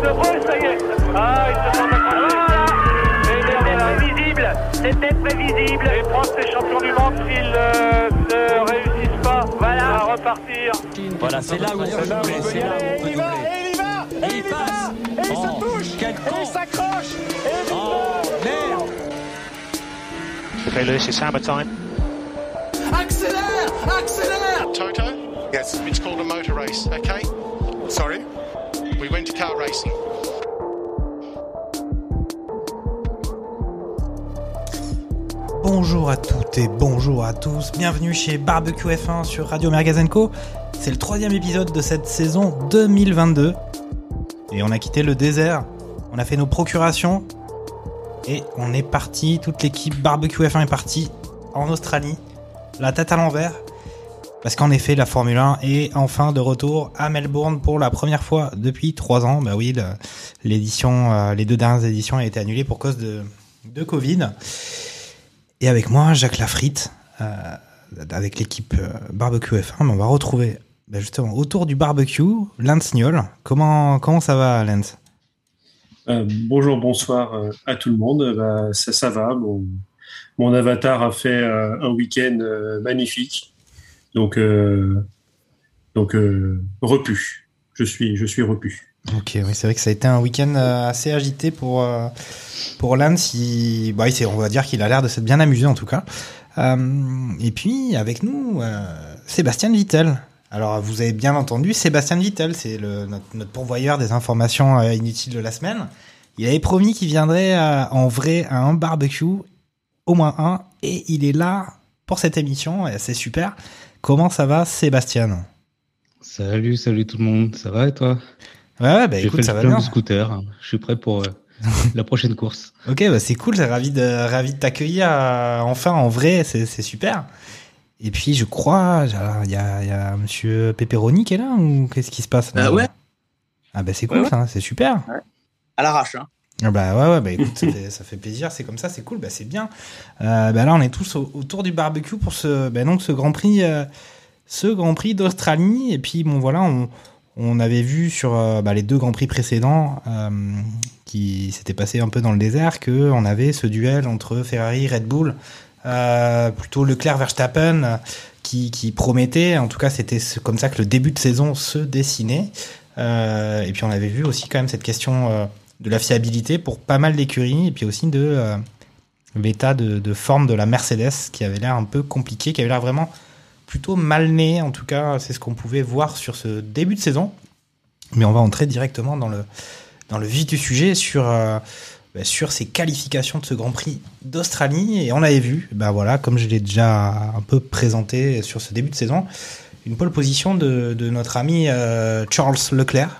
de Breu, ça y est. Ah, il se prend voilà. C'était prévisible. C'était prévisible. Les Français, c'est champions du monde s'ils ne réussissent pas. Voilà. À repartir. Voilà, c'est là où on peut doubler. C'est là où on peut doubler. Et il passe. Et il se touche. Et il s'accroche. Et merde. Okay, Lewis, it's hammer time. Accélère. Accélère. Toto? Yes. It's called a motor race, okay? Sorry? We went to car racing. Bonjour à toutes et bonjour à tous, bienvenue chez Barbecue F1 sur Radio Merguez & Co. C'est le 3e épisode de cette saison 2022. Et on a quitté le désert, on a fait nos procurations et on est parti, toute l'équipe Barbecue F1 est partie en Australie, la tête à l'envers. Parce qu'en effet, la Formule 1 est enfin de retour à Melbourne pour la première fois depuis 3 ans. Bah oui, l'édition, les 2 dernières éditions ont été annulées pour cause de Covid. Et avec moi, Jacques Lafritte, avec l'équipe Barbecue F1, on va retrouver justement autour du barbecue Lance Niol. Comment ça va, Lance ? Bonjour, bonsoir à tout le monde. Ça va. Mon avatar a fait un week-end magnifique. Donc repu. Je suis repu. Ok, oui, c'est vrai que ça a été un week-end assez agité pour Lance. On va dire qu'il a l'air de s'être bien amusé en tout cas. Et puis avec nous, Sébastien Vittel. Alors vous avez bien entendu, Sébastien Vittel, c'est notre pourvoyeur des informations inutiles de la semaine. Il avait promis qu'il viendrait en vrai à un barbecue, au moins un, et il est là pour cette émission, et c'est super. Comment ça va, Sébastien ? Salut tout le monde, ça va et toi ? Ouais, J'ai écoute, fait ça le va plein bien. de scooter, je suis prêt pour la prochaine course. Ok, c'est cool, j'ai ravi de t'accueillir enfin en vrai, c'est super. Et puis je crois, il y a monsieur Pepperoni qui est là, ou qu'est-ce qui se passe là ? Ouais. Ah c'est cool, ouais. Ça, c'est super. Ouais. À l'arrache, hein. Ah ouais, écoute, ça fait plaisir, c'est comme ça, c'est cool, c'est bien. Là on est tous autour du barbecue pour ce Grand Prix, d'Australie. Et puis bon voilà, on avait vu sur les 2 Grands Prix précédents qui s'étaient passés un peu dans le désert qu'on avait ce duel entre Ferrari et Red Bull, plutôt Leclerc-Verstappen qui promettait, en tout cas c'était comme ça que le début de saison se dessinait. Et puis on avait vu aussi quand même cette question de la fiabilité pour pas mal d'écuries, et puis aussi de l'état de forme de la Mercedes qui avait l'air un peu compliqué, qui avait l'air vraiment plutôt mal né, en tout cas c'est ce qu'on pouvait voir sur ce début de saison. Mais on va entrer directement dans le vif du sujet sur ces qualifications de ce Grand Prix d'Australie. Et on avait vu, comme je l'ai déjà un peu présenté sur ce début de saison, une pole position de notre ami Charles Leclerc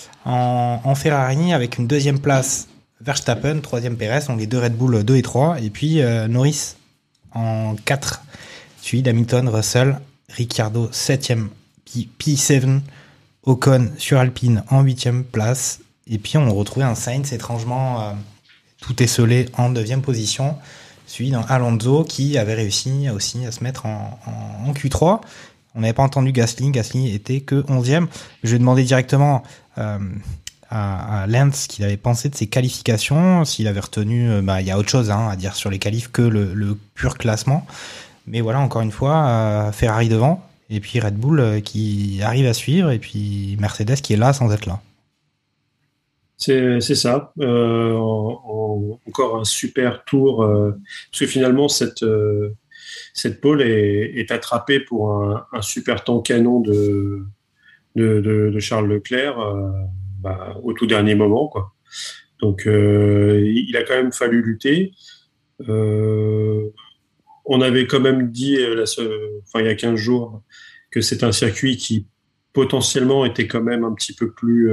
en Ferrari, avec une 2e place Verstappen, 3e Perez, donc les 2 Red Bull 2 et 3, et puis Norris en 4, suivi d'Hamilton, Russell, Ricciardo 7e, P7, Ocon sur Alpine en 8e place, et puis on retrouvait un Sainz étrangement tout esselé en 9e position, suivi d'un Alonso qui avait réussi aussi à se mettre en Q3. On n'avait pas entendu Gasly était que 11e. Je vais demander directement à Lance ce qu'il avait pensé de ses qualifications, s'il avait retenu, il y a autre chose à dire sur les qualifs que le pur classement. Mais voilà, encore une fois, Ferrari devant, et puis Red Bull qui arrive à suivre, et puis Mercedes qui est là sans être là. C'est ça. Encore un super tour, parce que finalement cette pole est attrapée pour un super temps canon de Charles Leclerc au tout dernier moment, quoi. Donc il a quand même fallu lutter. On avait quand même dit il y a 15 jours que c'est un circuit qui potentiellement était quand même un petit peu plus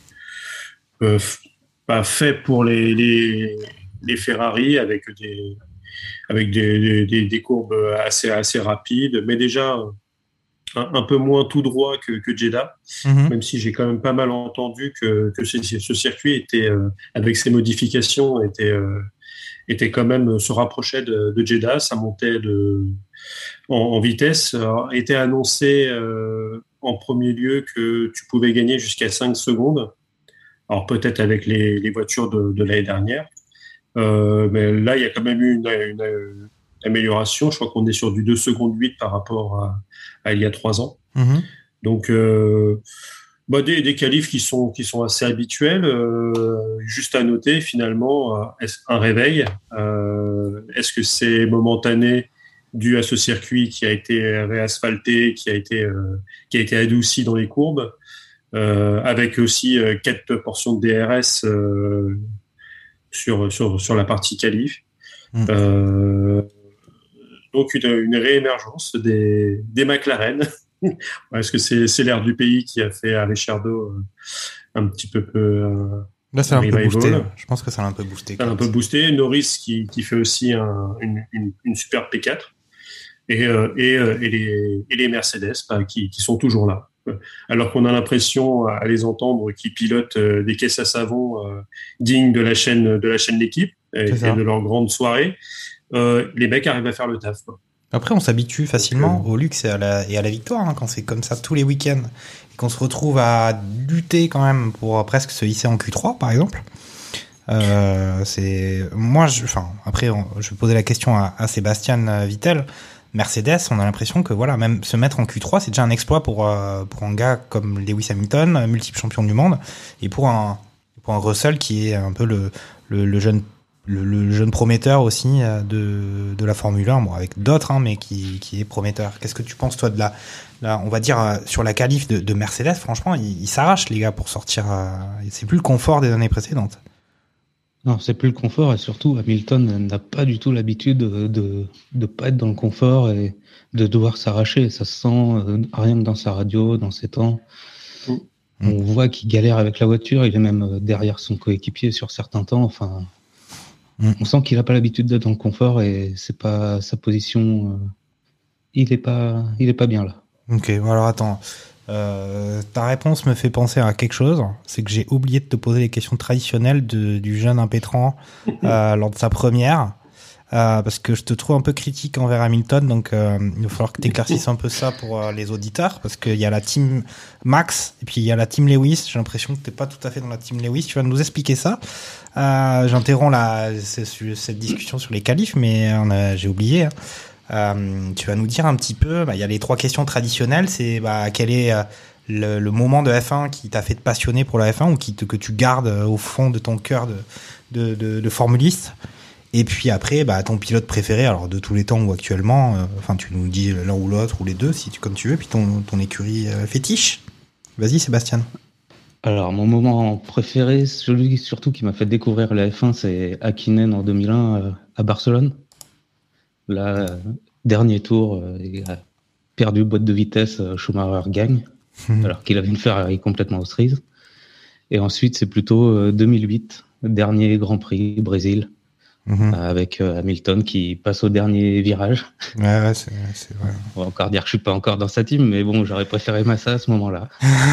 fait pour les Ferrari, avec des courbes assez rapides, mais déjà un peu moins tout droit que Jeddah, même si j'ai quand même pas mal entendu que ce circuit était, avec ses modifications, était quand même, se rapprochait de Jeddah. Ça montait en vitesse. Alors, était annoncé en premier lieu que tu pouvais gagner jusqu'à 5 secondes. Alors peut-être avec les voitures de l'année dernière, mais là il y a quand même eu une amélioration. Je crois qu'on est sur du 2 secondes 8 par rapport à il y a 3 ans. Mhm. Donc des qualifs qui sont assez habituels. Juste à noter finalement un réveil. Est-ce que c'est momentané dû à ce circuit qui a été réasphalté, qui a été adouci dans les courbes, avec aussi 4 portions de DRS sur la partie qualif. Donc une réémergence des McLaren. Est-ce que c'est l'air du pays qui a fait à Ricciardo un petit peu là, ça l'a un peu boosté. Je pense que ça l'a un peu boosté. Ça l'a un peu boosté. Norris qui fait aussi une super P4 et les Mercedes qui sont toujours là. Alors qu'on a l'impression à les entendre qu'ils pilotent des caisses à savon dignes de la chaîne L'équipe et de leur grande soirée, les mecs arrivent à faire le taf, quoi. Après, on s'habitue facilement au luxe et à la victoire, hein, quand c'est comme ça tous les week-ends et qu'on se retrouve à lutter quand même pour presque se hisser en Q3, par exemple. Après, je vais poser la question à Sébastien Vettel. Mercedes, on a l'impression que voilà, même se mettre en Q3, c'est déjà un exploit pour un gars comme Lewis Hamilton, multiple champion du monde, et pour un Russell qui est un peu le jeune prometteur aussi de la Formule 1, bon, avec d'autres, hein, mais qui est prometteur. Qu'est-ce que tu penses, toi, de la on va dire, sur la qualif de Mercedes? Franchement, ils s'arrachent, les gars, pour sortir. C'est plus le confort des années précédentes. Non, c'est plus le confort, et surtout, Hamilton n'a pas du tout l'habitude de pas être dans le confort et de devoir s'arracher. Ça se sent rien que dans sa radio, dans ses temps. On voit qu'il galère avec la voiture, il est même derrière son coéquipier sur certains temps. Enfin, on sent qu'il n'a pas l'habitude d'être dans le confort et c'est pas sa position. Il est pas bien là. Ok, alors attends. Ta réponse me fait penser à quelque chose. C'est que j'ai oublié de te poser les questions traditionnelles du jeune impétrant lors de sa première. Parce que je te trouve un peu critique envers Hamilton, donc il va falloir que tu éclaircisses un peu ça pour les auditeurs, parce qu'il y a la team Max et puis il y a la team Lewis. J'ai l'impression que t'es pas tout à fait dans la team Lewis. Tu vas nous expliquer ça. J'interromps cette discussion sur les qualifs, mais j'ai oublié. Tu vas nous dire un petit peu. Il y a les 3 questions traditionnelles. C'est quel est le moment de F1 qui t'a fait te passionner pour la F1 ou que tu gardes au fond de ton cœur de formuliste. Et puis après, ton pilote préféré, alors de tous les temps ou actuellement, tu nous dis l'un ou l'autre ou les deux, comme tu veux, puis ton écurie fétiche. Vas-y, Sébastien. Alors, mon moment préféré, celui surtout qui m'a fait découvrir la F1, c'est Häkkinen en 2001 à Barcelone. Là, dernier tour, il a perdu boîte de vitesse, Schumacher gagne, alors qu'il avait une Ferrari complètement aux cerises. Et ensuite, c'est plutôt 2008, dernier Grand Prix, Brésil. Avec Hamilton qui passe au dernier virage. Ouais, c'est vrai. On va encore dire que je suis pas encore dans sa team, mais bon, j'aurais préféré Massa à ce moment-là.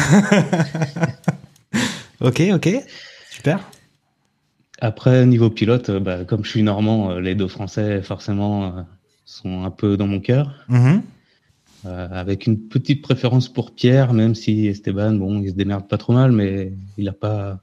Ok, super. Après, niveau pilote, comme je suis normand, les 2 Français, forcément, sont un peu dans mon cœur. Avec une petite préférence pour Pierre, même si Esteban, bon, il se démerde pas trop mal, mais il est pas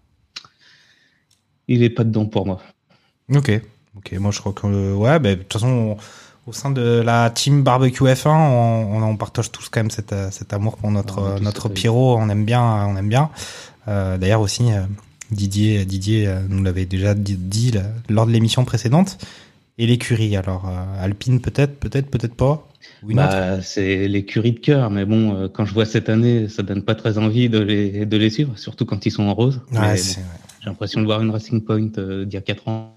dedans pour moi. Ok, moi je crois que de toute façon au sein de la team barbecue F1, on partage tous quand même cet amour pour notre Pierrot, on aime bien. D'ailleurs aussi Didier nous l'avait déjà dit lors de l'émission précédente. Et l'écurie, alors Alpine peut-être pas. C'est l'écurie de cœur, mais bon, quand je vois cette année, ça donne pas très envie de les suivre, surtout quand ils sont en rose. Ouais, j'ai l'impression de voir une Racing Point d'il y a 4 ans.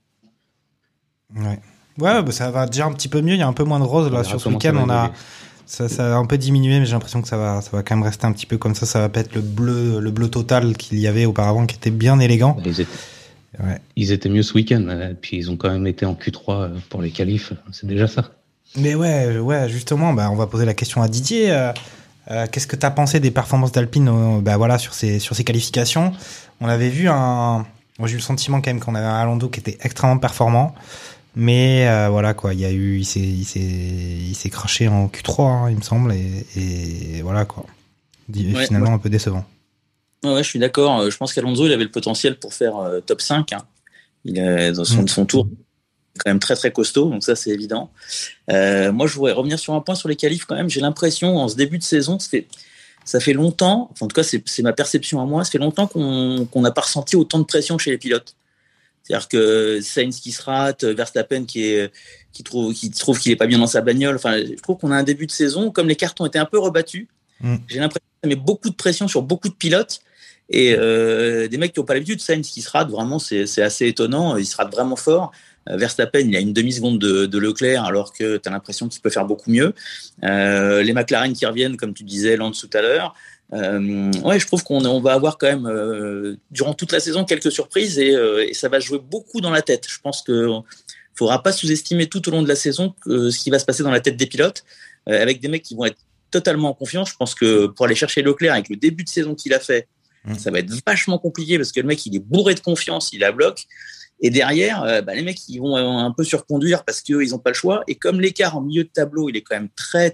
Ouais, ça va déjà un petit peu mieux. Il y a un peu moins de rose là sur ce week-end. Ça a un peu diminué, mais j'ai l'impression que ça va quand même rester un petit peu comme ça. Ça va pas être le bleu total qu'il y avait auparavant, qui était bien élégant. Ils étaient mieux ce week-end, puis ils ont quand même été en Q3 pour les qualifs. C'est déjà ça. Mais ouais, justement, on va poser la question à Didier. Qu'est-ce que t'as pensé des performances d'Alpine, sur ces qualifications? On avait vu moi j'ai eu le sentiment quand même qu'on avait un Alonso qui était extrêmement performant, mais il s'est craché en Q3, hein, il me semble, et voilà quoi. Finalement un peu décevant. Ouais, je suis d'accord. Je pense qu'Alonso, il avait le potentiel pour faire top 5. Hein. Il a, dans son tour, quand même très très costaud, donc ça c'est évident. Moi, je voudrais revenir sur un point sur les qualifs quand même. J'ai l'impression, en ce début de saison, ça fait longtemps, enfin, en tout cas c'est ma perception à moi, ça fait longtemps qu'on n'a pas ressenti autant de pression chez les pilotes. C'est-à-dire que Sainz qui se rate, Verstappen qui trouve qu'il est pas bien dans sa bagnole. Enfin, je trouve qu'on a un début de saison, comme les cartons étaient un peu rebattus, j'ai l'impression que ça met beaucoup de pression sur beaucoup de pilotes. Et des mecs qui n'ont pas l'habitude, Sainz qui se rate, vraiment c'est assez étonnant, il se rate vraiment fort. Verstappen, il a une demi-seconde de Leclerc, alors que tu as l'impression qu'il peut faire beaucoup mieux. Les McLaren qui reviennent, comme tu disais, Lance tout à l'heure. Ouais, je trouve qu'on va avoir quand même, durant toute la saison, quelques surprises et ça va jouer beaucoup dans la tête. Je pense qu'il ne faudra pas sous-estimer tout au long de la saison ce qui va se passer dans la tête des pilotes, avec des mecs qui vont être totalement en confiance. Je pense que pour aller chercher Leclerc avec le début de saison qu'il a fait, ça va être vachement compliqué parce que le mec, il est bourré de confiance, il la bloque. Et derrière, les mecs, ils vont un peu surconduire parce qu'ils n'ont pas le choix. Et comme l'écart en milieu de tableau, il est quand même très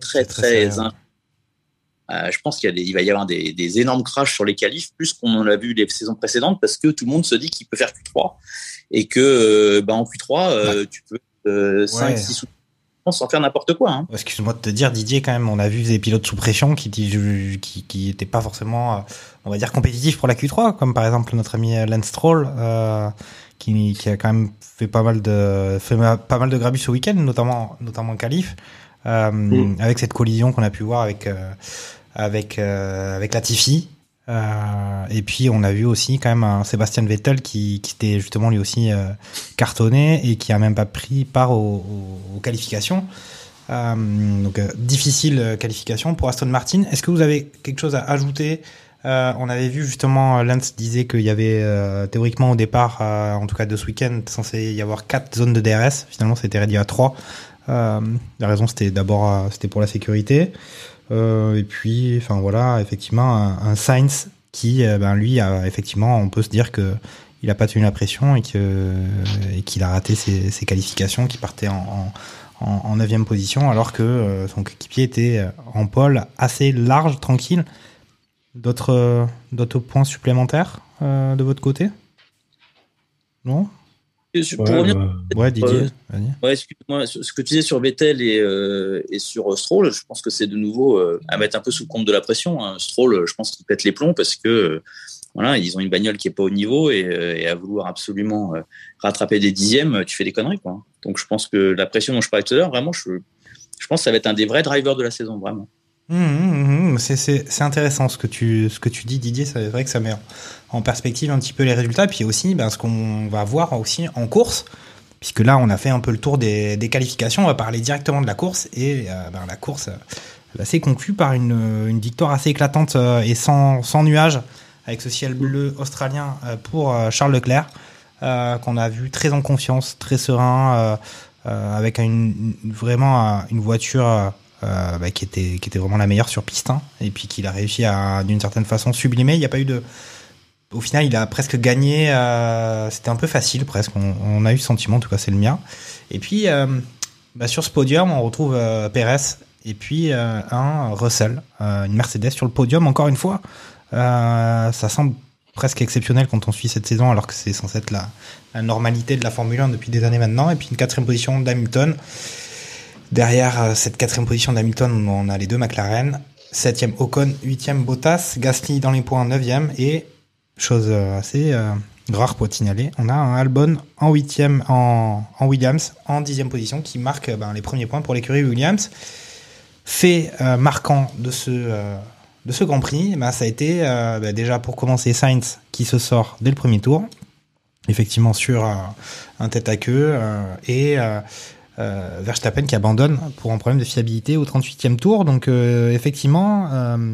je pense qu'il va y avoir des énormes crashs sur les qualifs, plus qu'on en a vu les saisons précédentes, parce que tout le monde se dit qu'il peut faire Q3 et que en Q3, tu peux 5, 6 sans faire n'importe quoi. Hein. Excuse-moi de te dire, Didier, quand même, on a vu des pilotes sous pression qui étaient pas forcément, on va dire, compétitifs pour la Q3, comme par exemple notre ami Lance Stroll, qui a quand même fait pas mal de grabus ce week-end, notamment en qualif, avec cette collision qu'on a pu voir avec Latifi. Et puis on a vu aussi quand même un Sébastien Vettel qui était justement lui aussi cartonné et qui a même pas pris part aux qualifications. Donc difficile qualification pour Aston Martin. Est-ce que vous avez quelque chose à ajouter? On avait vu justement, Lance disait qu'il y avait théoriquement au départ, en tout cas de ce week-end, censé y avoir 4 zones de DRS. Finalement, c'était réduit à 3. La raison, c'était pour la sécurité. Et puis, enfin voilà, effectivement, un Sainz qui, lui, effectivement, on peut se dire que il a pas tenu la pression et qu'il a raté ses qualifications, qui partait en 9e position, alors que son équipier était en pole assez large, tranquille. D'autres points supplémentaires de votre côté? Non? Pour revenir, Didier. Ouais, excuse-moi, ce que tu disais sur Vettel et sur Stroll, je pense que c'est de nouveau à mettre un peu sous le compte de la pression. Hein. Stroll, je pense qu'il pète les plombs parce que voilà, ils ont une bagnole qui est pas au niveau et à vouloir absolument rattraper des dixièmes, tu fais des conneries, quoi. Donc je pense que la pression dont je parlais tout à l'heure, vraiment, je pense que ça va être un des vrais drivers de la saison, vraiment. C'est intéressant ce que tu dis, Didier. C'est vrai que ça met en perspective un petit peu les résultats, puis aussi ce qu'on va voir aussi en course, puisque là on a fait un peu le tour des qualifications. On va parler directement de la course et la course s'est conclue par une victoire assez éclatante et sans nuages, avec ce ciel bleu australien pour Charles Leclerc, qu'on a vu très en confiance, très serein, avec vraiment une voiture qui était vraiment la meilleure sur piste, hein, et puis qu'il a réussi à d'une certaine façon sublimer. Il n'y a pas eu au final, il a presque gagné. C'était un peu facile, presque. On a eu le sentiment, en tout cas, c'est le mien. Et puis, sur ce podium, on retrouve Pérez et puis un Russell, une Mercedes sur le podium. Encore une fois, ça semble presque exceptionnel quand on suit cette saison, alors que c'est censé être la normalité de la Formule 1 depuis des années maintenant. Et puis une 4e position d'Hamilton. Derrière cette 4e position d'Hamilton, on a les 2 McLaren. 7e Ocon, 8e Bottas, Gasly dans les points 9e et chose assez rare pour signaler, on a un Albon en 8e en Williams en 10e position qui marque les premiers points pour l'écurie Williams. Fait marquant de ce Grand Prix, ça a été déjà pour commencer Sainz qui se sort dès le premier tour, effectivement sur un tête à queue et Verstappen qui abandonne pour un problème de fiabilité au 38e tour. Donc effectivement,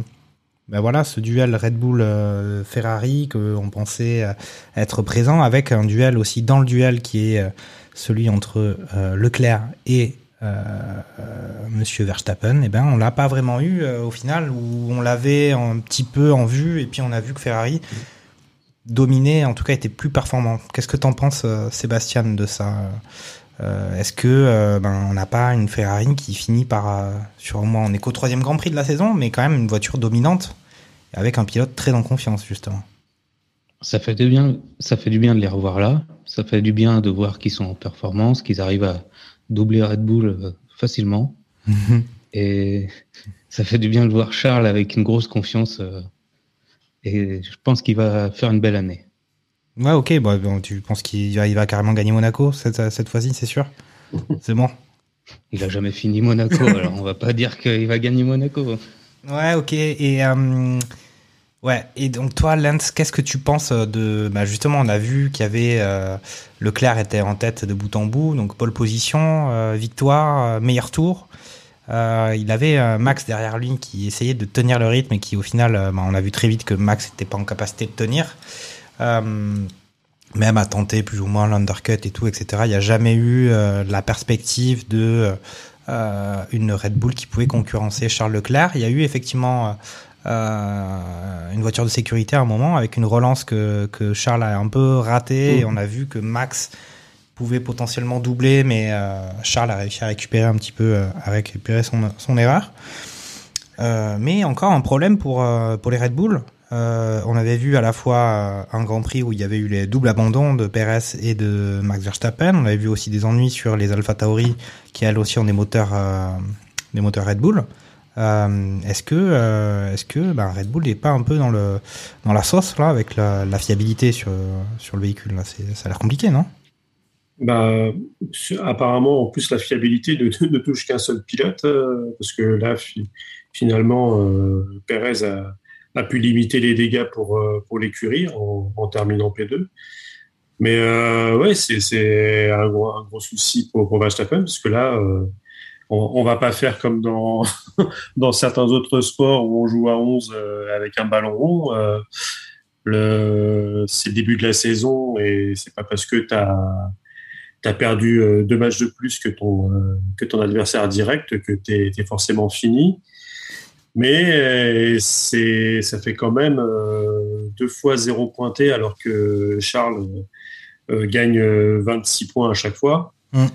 ce duel Red Bull Ferrari qu'on pensait être présent, avec un duel aussi dans le duel qui est celui entre Leclerc et Monsieur Verstappen. On l'a pas vraiment eu au final, où on l'avait un petit peu en vue, et puis on a vu que Ferrari dominait, en tout cas était plus performant. Qu'est-ce que t'en penses, Sébastien, de ça? Est-ce que on n'a pas une Ferrari qui finit par sur au moins, on est qu'au 3e Grand Prix de la saison, mais quand même une voiture dominante avec un pilote très en confiance, justement. Ça fait du bien de les revoir là. Ça fait du bien de voir qu'ils sont en performance, qu'ils arrivent à doubler Red Bull facilement. Et ça fait du bien de voir Charles avec une grosse confiance. Et je pense qu'il va faire une belle année. Ouais, ok. Bon, tu penses qu'il va carrément gagner Monaco cette fois-ci, c'est sûr? C'est bon. Il a jamais fini Monaco, alors on va pas dire qu'il va gagner Monaco. Ouais, ok. Et donc toi, Lance, qu'est-ce que tu penses de... justement, on a vu qu'il y avait... Leclerc était en tête de bout en bout, donc pole position, victoire, meilleur tour. Il avait Max derrière lui qui essayait de tenir le rythme et qui, au final, on a vu très vite que Max n'était pas en capacité de tenir. Même à tenter plus ou moins l'undercut et tout, etc. Il n'y a jamais eu la perspective de une Red Bull qui pouvait concurrencer Charles Leclerc. Il y a eu effectivement une voiture de sécurité à un moment avec une relance que Charles a un peu ratée et on a vu que Max pouvait potentiellement doubler, mais Charles a réussi à récupérer un petit peu, son erreur. Mais encore un problème pour les Red Bull. On avait vu à la fois un Grand Prix où il y avait eu les doubles abandons de Perez et de Max Verstappen. On avait vu aussi des ennuis sur les AlphaTauri qui elles aussi ont des moteurs Red Bull. Est-ce que Red Bull n'est pas un peu dans la sauce là avec la fiabilité sur le véhicule là, ça a l'air compliqué, non? Apparemment, en plus, la fiabilité ne touche qu'un seul pilote, parce que là, finalement, Perez a pu limiter les dégâts pour l'écurie en terminant P2. Mais ouais, c'est un gros souci pour Verstappen, parce que là, on va pas faire comme dans certains autres sports où on joue à 11 avec un ballon rond. C'est le début de la saison et c'est pas parce que t'as perdu 2 matchs de plus que ton adversaire direct que t'es forcément fini. Mais ça fait quand même 2 fois 0 pointé alors que Charles gagne 26 points à chaque fois.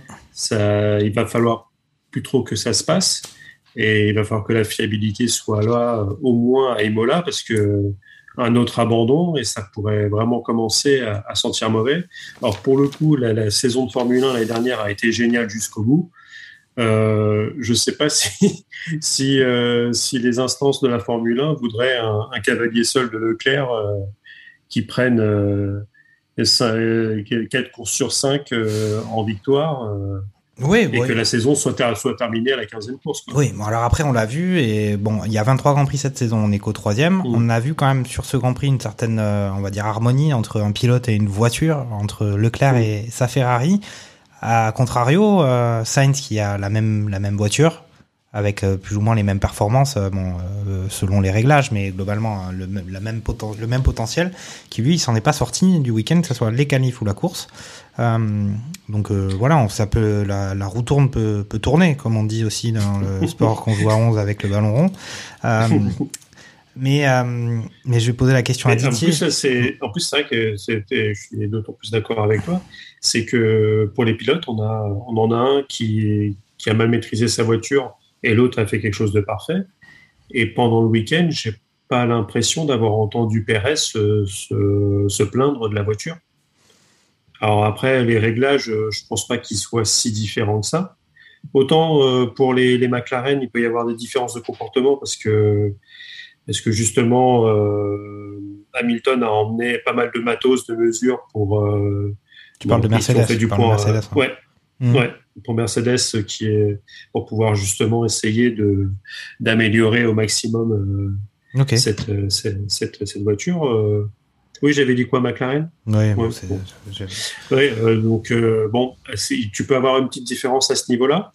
Il va falloir plus trop que ça se passe et il va falloir que la fiabilité soit là au moins à Imola, parce que un autre abandon et ça pourrait vraiment commencer à sentir mauvais. Alors pour le coup, la saison de Formule 1 l'année dernière a été géniale jusqu'au bout. Je sais pas si les instances de la Formule 1 voudraient un cavalier seul de Leclerc qui prenne 4 courses sur 5 en victoire. Que la saison soit terminée à la 15e course, quoi. Oui, bon, alors après on l'a vu et bon, il y a 23 Grands Prix cette saison, on est qu'au 3e. On a vu quand même sur ce Grand Prix une certaine, on va dire, harmonie entre un pilote et une voiture, entre Leclerc et sa Ferrari. A contrario, Sainz qui a la même voiture avec plus ou moins les mêmes performances, selon les réglages, mais globalement le même potentiel, qui lui il s'en est pas sorti du week-end, que ce soit les qualifs ou la course. Donc voilà, la roue tourne peut tourner, comme on dit aussi dans le sport qu'on joue à 11 avec le ballon rond. Mais je vais poser la question à Didier. En plus, c'est vrai que je suis d'autant plus d'accord avec toi, c'est que pour les pilotes, on en a un qui a mal maîtrisé sa voiture et l'autre a fait quelque chose de parfait. Et pendant le week-end, j'ai pas l'impression d'avoir entendu Perez se plaindre de la voiture. Alors après, les réglages, je pense pas qu'ils soient si différents que ça. Autant pour les McLaren, il peut y avoir des différences de comportement parce que justement Hamilton a emmené pas mal de matos de mesure pour tu parles de Mercedes, fait du point, ouais, pour Mercedes qui est pour pouvoir justement essayer d'améliorer au maximum cette voiture. Oui, j'avais dit quoi, McLaren? Oui, donc tu peux avoir une petite différence à ce niveau-là,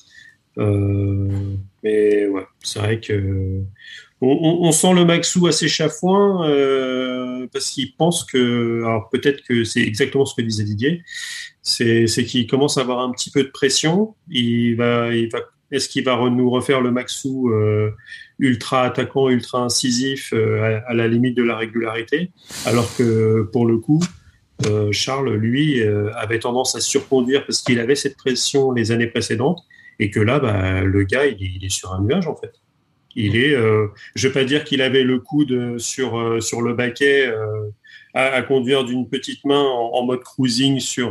mais ouais, c'est vrai que on sent le Maxou assez chafouin parce qu'il pense que, alors peut-être que c'est exactement ce que disait Didier, c'est qu'il commence à avoir un petit peu de pression. Est-ce qu'il va nous refaire le Maxou ultra attaquant, ultra incisif à la limite de la régularité, alors que pour le coup Charles lui avait tendance à se surconduire parce qu'il avait cette pression les années précédentes et que là le gars il est sur un nuage en fait. Il est, je vais pas dire qu'il avait le coude sur le baquet à conduire d'une petite main en mode cruising sur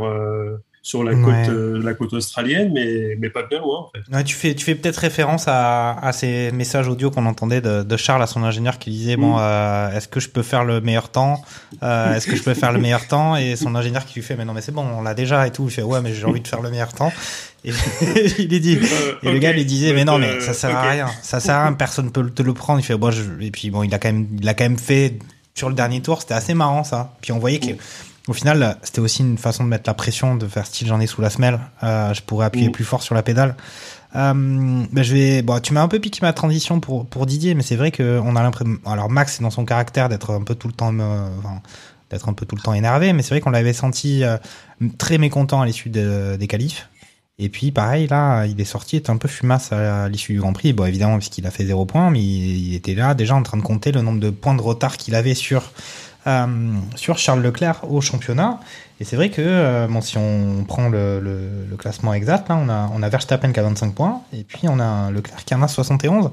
la côte australienne, mais pas bien loin en fait. Ouais, tu fais peut-être référence à ces messages audio qu'on entendait de Charles à son ingénieur qui disait bon, est-ce que je peux faire le meilleur temps, est-ce que je peux faire le meilleur temps, et son ingénieur qui lui fait mais non mais c'est bon, on l'a déjà et tout. Il fait ouais mais j'ai envie de faire le meilleur temps. Et il est dit et le gars lui disait mais non mais ça sert à rien, personne peut te le prendre. Il fait bon et puis bon il a quand même fait sur le dernier tour, c'était assez marrant ça. Puis on voyait que au final, c'était aussi une façon de mettre la pression, de faire style j'en ai sous la semelle. Je pourrais appuyer plus fort sur la pédale. Tu m'as un peu piqué ma transition pour Didier, mais c'est vrai que on a l'impression. Alors Max, c'est dans son caractère d'être un peu tout le temps, énervé, mais c'est vrai qu'on l'avait senti très mécontent à l'issue des qualifs. Et puis pareil, là, il est sorti, était un peu fumasse à l'issue du Grand Prix. Bon, évidemment, puisqu'il a fait 0 points, mais il était là déjà en train de compter le nombre de points de retard qu'il avait sur Charles Leclerc au championnat. Et c'est vrai que si on prend le classement exact, là on a Verstappen qui a 25 points et puis on a Leclerc qui en a 71.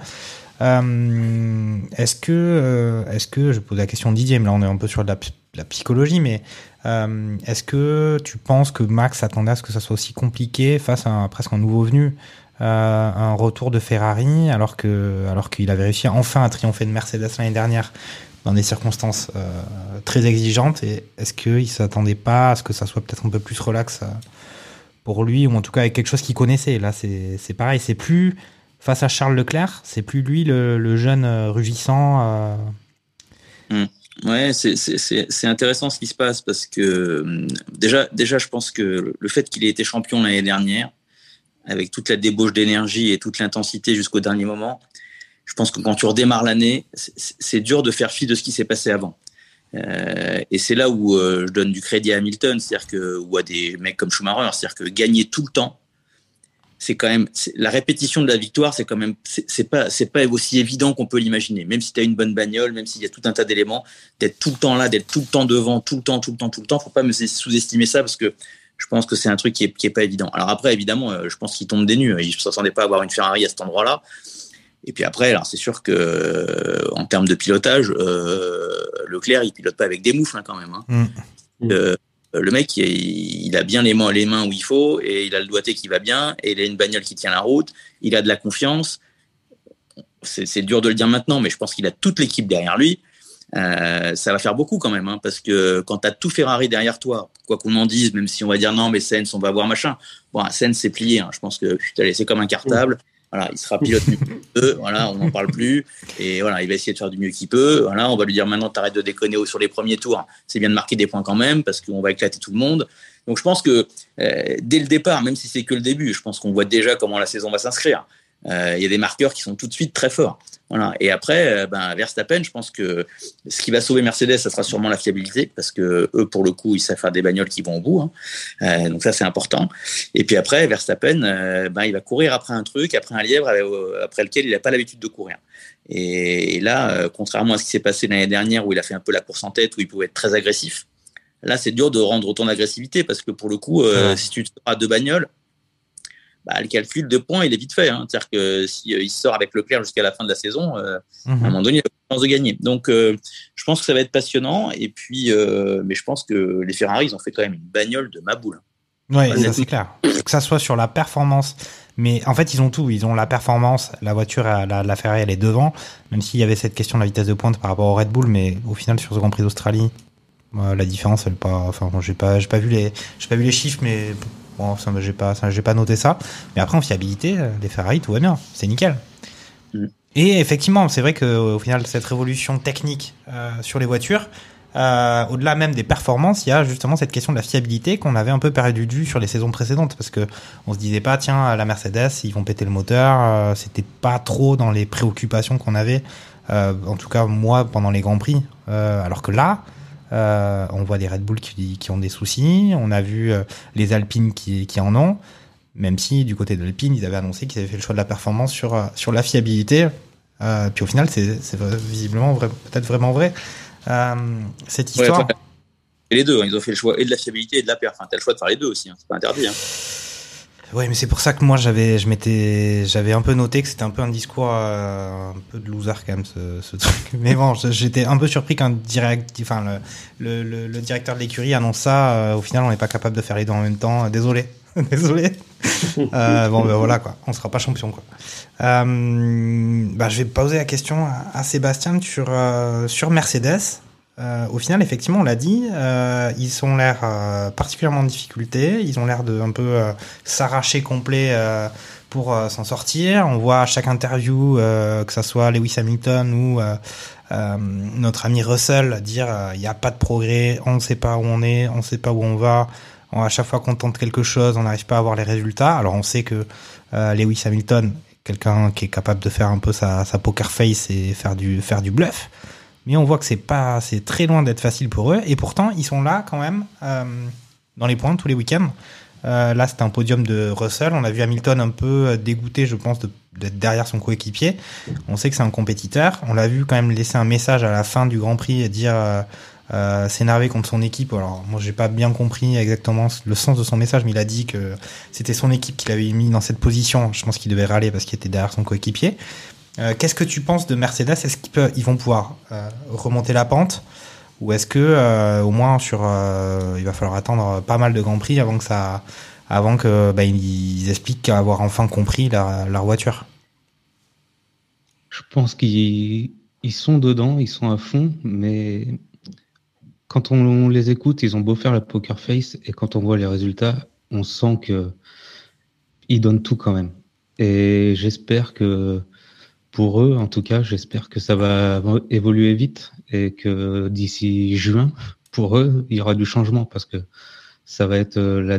Est-ce que je pose la question de Didier, mais là on est un peu sur de la psychologie, mais est-ce que tu penses que Max attendait à ce que ça soit aussi compliqué face à presque un nouveau venu, un retour de Ferrari, alors qu'il avait réussi enfin à triompher de Mercedes l'année dernière dans des circonstances très exigeantes, et est-ce qu'il s'attendait pas à ce que ça soit peut-être un peu plus relax pour lui, ou en tout cas avec quelque chose qu'il connaissait? Là c'est pareil, c'est plus face à Charles Leclerc, c'est plus lui le jeune rugissant. Ouais, c'est intéressant ce qui se passe, parce que déjà je pense que le fait qu'il ait été champion l'année dernière, avec toute la débauche d'énergie et toute l'intensité jusqu'au dernier moment, je pense que quand tu redémarres l'année, c'est dur de faire fi de ce qui s'est passé avant. Et c'est là où je donne du crédit à Hamilton, ou à des mecs comme Schumacher, c'est-à-dire que gagner tout le temps, c'est quand même la répétition de la victoire, c'est quand même c'est pas aussi évident qu'on peut l'imaginer. Même si tu as une bonne bagnole, même s'il y a tout un tas d'éléments, d'être tout le temps là, d'être tout le temps devant, tout le temps, faut pas me sous-estimer ça, parce que je pense que c'est un truc qui est pas évident. Alors après, évidemment, je pense qu'il tombe des nues. Il ne s'attendait pas à avoir une Ferrari à cet endroit-là. Et puis après, alors c'est sûr que en termes de pilotage, Leclerc, il pilote pas avec des moufles quand même. Le mec, il a bien les mains où il faut, et il a le doigté qui va bien, et il a une bagnole qui tient la route. Il a de la confiance. C'est dur de le dire maintenant, mais je pense qu'il a toute l'équipe derrière lui. Ça va faire beaucoup quand même, parce que quand tu as tout Ferrari derrière toi, quoi qu'on en dise, même si on va dire non, mais Sainz, on va voir machin. Bon, Sainz, c'est plié. Je pense que c'est comme un cartable. Voilà, il sera pilote mieux qu'il peut. Voilà, on n'en parle plus. Et voilà, il va essayer de faire du mieux qu'il peut. Voilà, on va lui dire maintenant, t'arrêtes de déconner sur les premiers tours. C'est bien de marquer des points quand même, parce qu'on va éclater tout le monde. Donc je pense que dès le départ, même si c'est que le début, je pense qu'on voit déjà comment la saison va s'inscrire. Il y a des marqueurs qui sont tout de suite très forts. Voilà. Et après, Verstappen, je pense que ce qui va sauver Mercedes, ça sera sûrement la fiabilité, parce que eux, pour le coup, ils savent faire des bagnoles qui vont au bout. Donc ça, c'est important. Et puis après, Verstappen, il va courir après un truc, après un lièvre, après lequel il n'a pas l'habitude de courir. Et là, contrairement à ce qui s'est passé l'année dernière, où il a fait un peu la course en tête, où il pouvait être très agressif, là, c'est dur de rendre ton agressivité, parce que pour le coup, si tu te sors à deux bagnoles, le calcul de points, il est vite fait. C'est-à-dire que s'il sort avec Leclerc jusqu'à la fin de la saison, à un moment donné, il a pas de chance de gagner. Donc, je pense que ça va être passionnant. Et puis, mais je pense que les Ferrari, ils ont fait quand même une bagnole de ma boule. Oui, ça c'est clair. Que ça soit sur la performance, mais en fait, ils ont tout. Ils ont la performance, la voiture, la Ferrari, elle est devant. Même s'il y avait cette question de la vitesse de pointe par rapport au Red Bull, mais au final, sur ce Grand Prix d'Australie, la différence, elle pas. Enfin, j'ai pas vu les chiffres, mais. Bon, j'ai pas noté ça. Mais après, en fiabilité, les Ferrari, tout va bien. C'est nickel. Et effectivement, c'est vrai qu'au final, cette révolution technique sur les voitures, au-delà même des performances, il y a justement cette question de la fiabilité qu'on avait un peu perdu de vue sur les saisons précédentes. Parce que on se disait pas, tiens, la Mercedes, ils vont péter le moteur. C'était pas trop dans les préoccupations qu'on avait. En tout cas, moi, pendant les Grands Prix. Alors que là... on voit des Red Bull qui ont des soucis. On a vu les Alpines qui en ont. Même si du côté de l'Alpine, ils avaient annoncé qu'ils avaient fait le choix de la performance sur la fiabilité. Puis au final, c'est visiblement vrai, peut-être vraiment vrai. Cette histoire. Et les deux, ils ont fait le choix et de la fiabilité et de la perf. T'as le choix de faire les deux aussi. C'est pas interdit. Ouais, mais c'est pour ça que moi j'avais un peu noté que c'était un peu un discours un peu de loser quand même ce truc. Mais bon, j'étais un peu surpris qu'un le directeur de l'écurie annonce ça. Au final, on n'est pas capable de faire les deux en même temps. Désolé. Bon, ben voilà quoi. On sera pas champion quoi. Je vais poser la question à Sébastien sur Mercedes. Au final, effectivement, on l'a dit, ils ont l'air particulièrement en difficulté. Ils ont l'air de un peu s'arracher complet pour s'en sortir. On voit à chaque interview, que ça soit Lewis Hamilton ou notre ami Russell, dire il n'y a pas de progrès, on ne sait pas où on est, on ne sait pas où on va. À chaque fois qu'on tente quelque chose, on n'arrive pas à avoir les résultats. Alors on sait que Lewis Hamilton, quelqu'un qui est capable de faire un peu sa poker face et faire du bluff. Mais on voit que c'est très loin d'être facile pour eux. Et pourtant, ils sont là quand même, dans les points tous les week-ends. Là, c'était un podium de Russell. On a vu Hamilton un peu dégoûté, je pense, d'être derrière son coéquipier. On sait que c'est un compétiteur. On l'a vu quand même laisser un message à la fin du Grand Prix et dire s'énerver contre son équipe. Alors, moi, j'ai pas bien compris exactement le sens de son message, mais il a dit que c'était son équipe qui l'avait mis dans cette position. Je pense qu'il devait râler parce qu'il était derrière son coéquipier. Qu'est-ce que tu penses de Mercedes ? Est-ce qu'ils vont pouvoir remonter la pente, ou est-ce que au moins il va falloir attendre pas mal de Grands Prix avant que ils expliquent avoir enfin compris leur voiture ? Je pense qu'ils sont dedans, ils sont à fond, mais quand on les écoute, ils ont beau faire la poker face, et quand on voit les résultats, on sent qu'ils donnent tout quand même. Et j'espère que pour eux, en tout cas, j'espère que ça va évoluer vite et que d'ici juin, pour eux, il y aura du changement, parce que ça va être la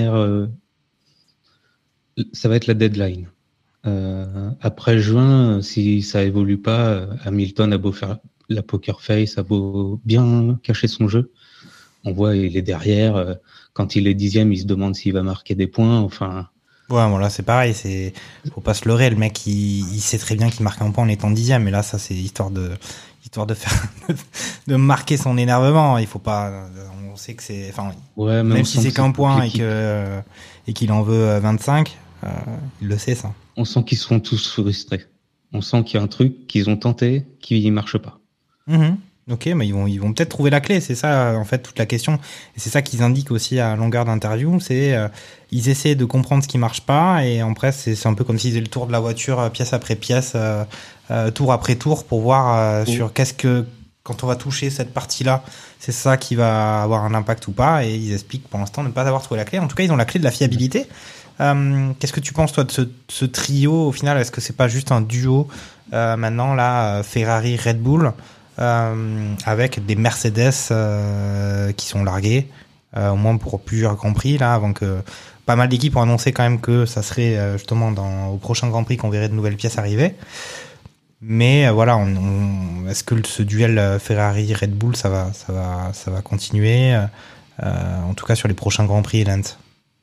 deadline. Après juin, si ça évolue pas, Hamilton a beau faire la poker face, a beau bien cacher son jeu. On voit, il est derrière. Quand il est 10e, il se demande s'il va marquer des points. Enfin. Ouais, bon là c'est pareil, faut pas se leurrer, le mec il sait très bien qu'il marque un point en étant 10e, mais là ça c'est histoire de faire de marquer son énervement. Il faut pas, on sait que c'est, enfin, ouais, même si c'est qu'un point et qu'il en veut 25, il le sait ça. On sent qu'ils seront tous frustrés. On sent qu'il y a un truc qu'ils ont tenté qui marche pas. Ok, mais ils vont peut-être trouver la clé, c'est ça en fait toute la question, et c'est ça qu'ils indiquent aussi à longueur d'interview, c'est ils essaient de comprendre ce qui marche pas, et en presse c'est un peu comme s'ils faisaient le tour de la voiture pièce après pièce, tour après tour, pour voir sur quand on va toucher cette partie-là, c'est ça qui va avoir un impact ou pas, et ils expliquent pour l'instant ne pas avoir trouvé la clé. En tout cas, ils ont la clé de la fiabilité. Qu'est-ce que tu penses toi de ce trio au final ? Est-ce que c'est pas juste un duo maintenant là, Ferrari, Red Bull, avec des Mercedes qui sont largués, au moins pour plusieurs Grands Prix là, avant que pas mal d'équipes ont annoncé quand même que ça serait justement au prochain Grand Prix qu'on verrait de nouvelles pièces arriver. Mais voilà, est-ce que ce duel Ferrari-Red Bull ça va continuer, en tout cas sur les prochains Grands Prix, Lance?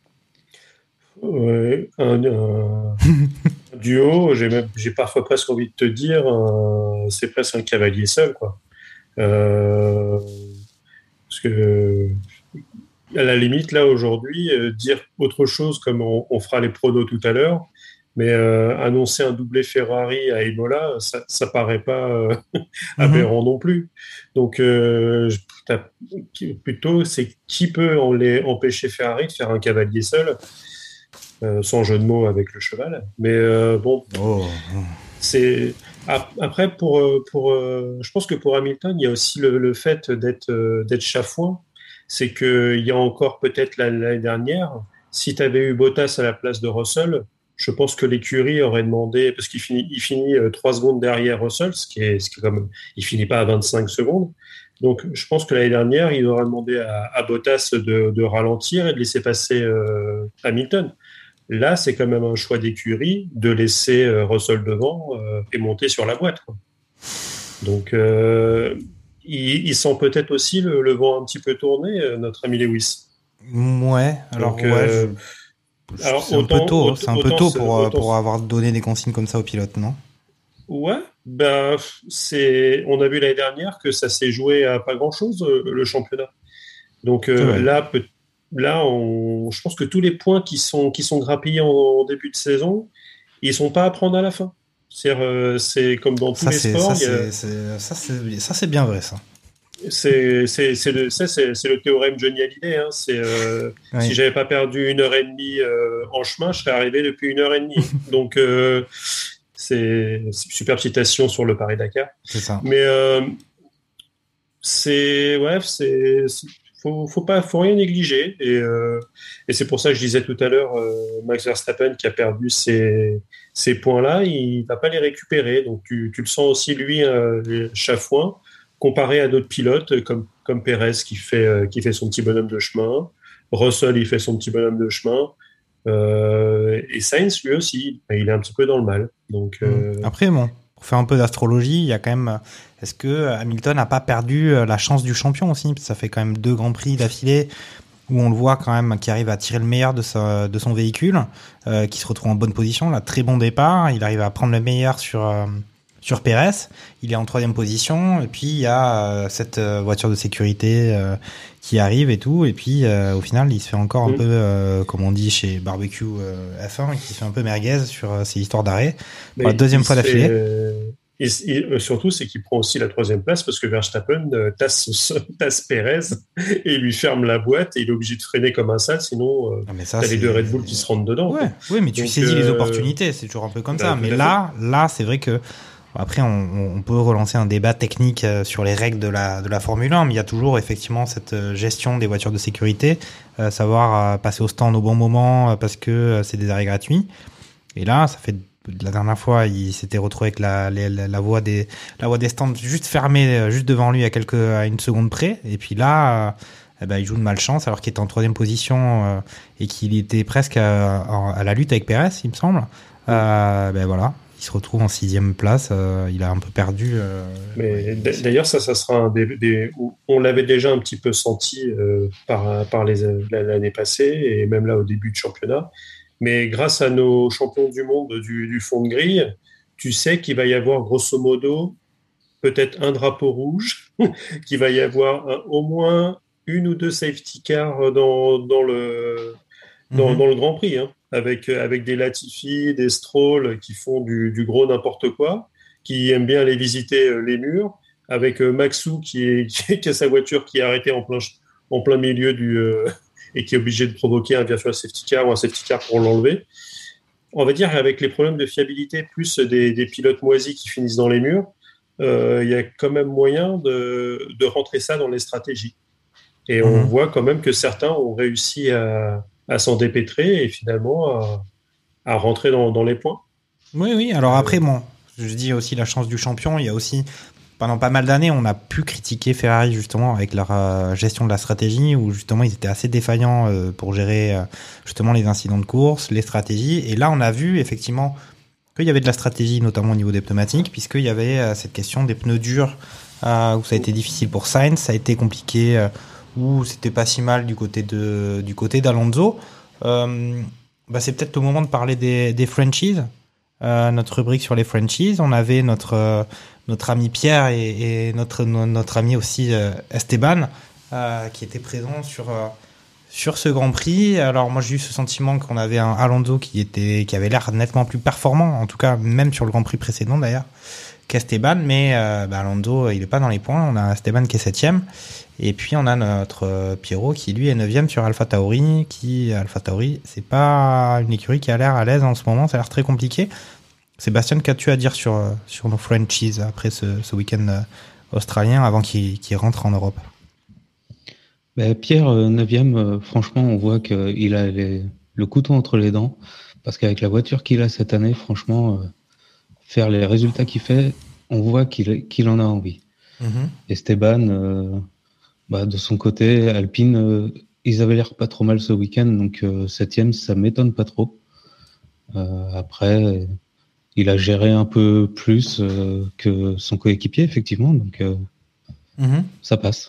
Ouais, un duo, j'ai parfois presque envie de te dire, c'est presque un cavalier seul, quoi. Parce que, à la limite, là, aujourd'hui, dire autre chose, comme on fera les pronos tout à l'heure, mais annoncer un doublé Ferrari à Imola, ça paraît pas aberrant non plus. Donc, plutôt, c'est qui peut empêcher Ferrari de faire un cavalier seul, sans jeu de mots avec le cheval. Mais bon, c'est... Après, je pense que pour Hamilton, il y a aussi le fait d'être chafouin. C'est qu'il y a encore peut-être l'année dernière, si tu avais eu Bottas à la place de Russell, je pense que l'écurie aurait demandé, parce qu'il finit 3 secondes derrière Russell, ce qui est comme, il finit pas à 25 secondes. Donc, je pense que l'année dernière, il aurait demandé à Bottas de ralentir et de laisser passer Hamilton. Là, c'est quand même un choix d'écurie de laisser Russell devant et monter sur la boîte, quoi. Donc, il sent peut-être aussi le vent un petit peu tourner, notre ami Lewis. Ouais, alors donc, c'est un peu tôt, pour avoir donné des consignes comme ça aux pilotes, non ? Ouais, ben on a vu l'année dernière que ça s'est joué à pas grand-chose, le championnat. Donc là, là, je pense que tous les points qui sont grappillés en début de saison, ils sont pas à prendre à la fin. C'est comme dans tous les sports. Ça, c'est bien vrai, ça. C'est le théorème Johnny Hallyday. Hein. Oui. Si j'avais pas perdu 1h30 en chemin, je serais arrivé depuis 1h30. Donc, c'est une superbe citation sur le Paris-Dakar. C'est ça. Mais faut rien négliger. Et c'est pour ça que je disais tout à l'heure, Max Verstappen qui a perdu ces points-là, il va pas les récupérer. Donc tu le sens aussi lui chafouin comparé à d'autres pilotes comme Pérez qui fait son petit bonhomme de chemin, Russell il fait son petit bonhomme de chemin, et Sainz lui aussi, il est un petit peu dans le mal. Donc après bon, pour faire un peu d'astrologie, il y a quand même, est-ce que Hamilton n'a pas perdu la chance du champion aussi? Ça fait quand même 2 grands prix d'affilée où on le voit quand même qui arrive à tirer le meilleur de son véhicule, qui se retrouve en bonne position, là, très bon départ, il arrive à prendre le meilleur sur Pérez, il est en 3e position, et puis il y a cette voiture de sécurité qui arrive et tout, et puis au final il se fait encore un peu, comme on dit chez Barbecue F1, qui se fait un peu merguez sur ces histoires d'arrêt, pour la 2e fois d'affilée. Surtout, c'est qu'il prend aussi la 3e place parce que Verstappen tasse Pérez et lui ferme la boîte et il est obligé de freiner comme un sale, sinon t'as les 2 Red Bull qui se rentrent dedans. Ouais, mais tu saisis les opportunités, c'est toujours un peu comme ça. Mais là, c'est vrai que après, on peut relancer un débat technique sur les règles de la Formule 1, mais il y a toujours effectivement cette gestion des voitures de sécurité, savoir passer au stand au bon moment parce que c'est des arrêts gratuits. Et là, ça fait la dernière fois, il s'était retrouvé avec la voie des stands juste fermée, juste devant lui à une seconde près. Et puis là, il joue de malchance alors qu'il était en 3e position et qu'il était presque à la lutte avec Pérez, il me semble. Voilà. Il se retrouve en 6e place, il a un peu perdu. Mais d'ailleurs, ça sera on l'avait déjà un petit peu senti par l'année passée et même là au début du championnat. Mais grâce à nos champions du monde du fond de grille, tu sais qu'il va y avoir grosso modo peut-être un drapeau rouge, qu'il va y avoir au moins 1 ou 2 safety cars dans le Grand Prix, hein. Avec des Latifi, des Stroll qui font du gros n'importe quoi, qui aiment bien aller visiter les murs, avec Maxou qui a sa voiture qui est arrêtée en plein milieu et qui est obligé de provoquer un virtual safety car ou un safety car pour l'enlever. On va dire avec les problèmes de fiabilité plus des pilotes moisis qui finissent dans les murs, il y a quand même moyen de rentrer ça dans les stratégies. Et on voit quand même que certains ont réussi à s'en dépêtrer et finalement à rentrer dans les points. Oui. Alors après, je dis aussi la chance du champion. Il y a aussi, pendant pas mal d'années, on a pu critiquer Ferrari justement avec leur gestion de la stratégie où justement ils étaient assez défaillants pour gérer justement les incidents de course, les stratégies. Et là, on a vu effectivement qu'il y avait de la stratégie, notamment au niveau des pneumatiques, puisqu'il y avait cette question des pneus durs où ça a été difficile pour Sainz, ça a été compliqué. Où c'était pas si mal du côté d'Alonso. C'est peut-être le moment de parler des franchises. Notre rubrique sur les franchises. On avait notre ami Pierre et notre ami aussi Esteban qui était présent sur ce Grand Prix. Alors moi j'ai eu ce sentiment qu'on avait un Alonso qui avait l'air nettement plus performant, en tout cas même sur le Grand Prix précédent d'ailleurs, qu'Esteban, mais Alonso il est pas dans les points. On a Esteban qui est 7e. Et puis on a notre Pierrot qui lui est 9e sur AlphaTauri. AlphaTauri, c'est pas une écurie qui a l'air à l'aise en ce moment, ça a l'air très compliqué. Sébastien, qu'as-tu à dire sur nos franchises après ce week-end australien avant qu'il rentre en Europe? Pierre, 9e, franchement, on voit qu'il a le couteau entre les dents, parce qu'avec la voiture qu'il a cette année, franchement, faire les résultats qu'il fait, on voit qu'il en a envie. Esteban, de son côté, Alpine, ils avaient l'air pas trop mal ce week-end, donc 7e, ça m'étonne pas trop. Après, il a géré un peu plus que son coéquipier, effectivement, donc ça passe.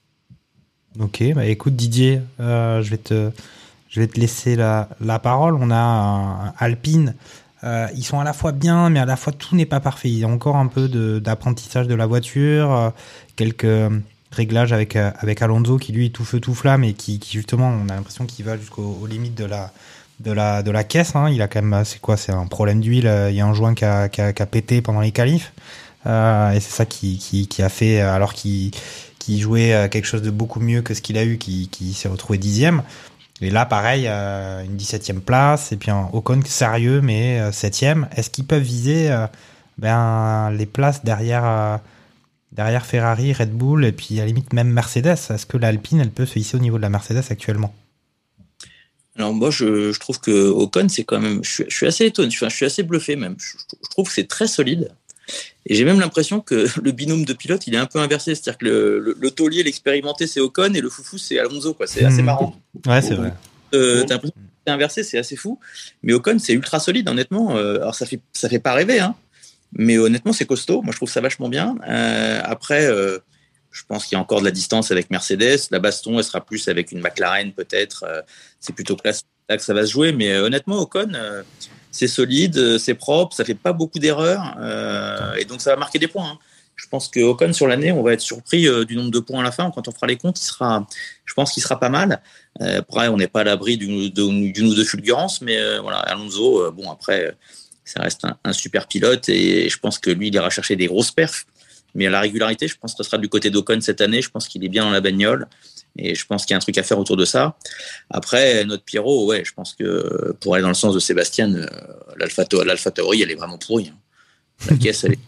Ok, écoute Didier, je vais te laisser la parole. On a un Alpine. Ils sont à la fois bien, mais à la fois tout n'est pas parfait. Il y a encore un peu d'apprentissage de la voiture, quelques réglage avec Alonso qui lui est tout feu tout flamme et qui justement on a l'impression qu'il va jusqu'aux limites de la caisse, hein. Il a quand même, c'est un problème d'huile, il y a un joint qui a pété pendant les qualifs, et c'est ça qui a fait, alors qu'il jouait quelque chose de beaucoup mieux que ce qu'il a eu, qui s'est retrouvé 10e. Et là, pareil, une 17e place, et puis un Ocon sérieux, mais 7e. Est-ce qu'ils peuvent viser les places derrière Ferrari, Red Bull, et puis à la limite même Mercedes? Est-ce que l'Alpine, elle peut se hisser au niveau de la Mercedes actuellement? Alors moi, je trouve que Ocon, c'est quand même... Je suis assez étonné, je suis assez bluffé même. Je trouve que c'est très solide. Et j'ai même l'impression que le binôme de pilote, il est un peu inversé. C'est-à-dire que le taulier, l'expérimenté, c'est Ocon, et le foufou, c'est Alonso, quoi. C'est assez marrant. Ouais, c'est vrai. T'as l'impression que c'est inversé, c'est assez fou. Mais Ocon, c'est ultra solide, honnêtement. Alors ça fait pas rêver, hein. Mais honnêtement, c'est costaud. Moi, je trouve ça vachement bien. Après, je pense qu'il y a encore de la distance avec Mercedes. La baston, elle sera plus avec une McLaren, peut-être. C'est plutôt là que ça va se jouer. Mais honnêtement, Ocon, c'est solide, c'est propre, ça fait pas beaucoup d'erreurs. Et donc, ça va marquer des points, hein. Je pense que Ocon, sur l'année, on va être surpris du nombre de points à la fin. Quand on fera les comptes, je pense qu'il sera pas mal. Après, on n'est pas à l'abri d'une ou deux fulgurances. Mais voilà, Alonso, après... ça reste un super pilote et je pense que lui, il ira chercher des grosses perfs. Mais à la régularité, je pense que ce sera du côté d'Ocon cette année. Je pense qu'il est bien dans la bagnole et je pense qu'il y a un truc à faire autour de ça. Après, notre Pierrot, ouais, je pense que pour aller dans le sens de Sébastien, l'AlphaTauri, elle est vraiment pourrie, hein. La caisse, elle est...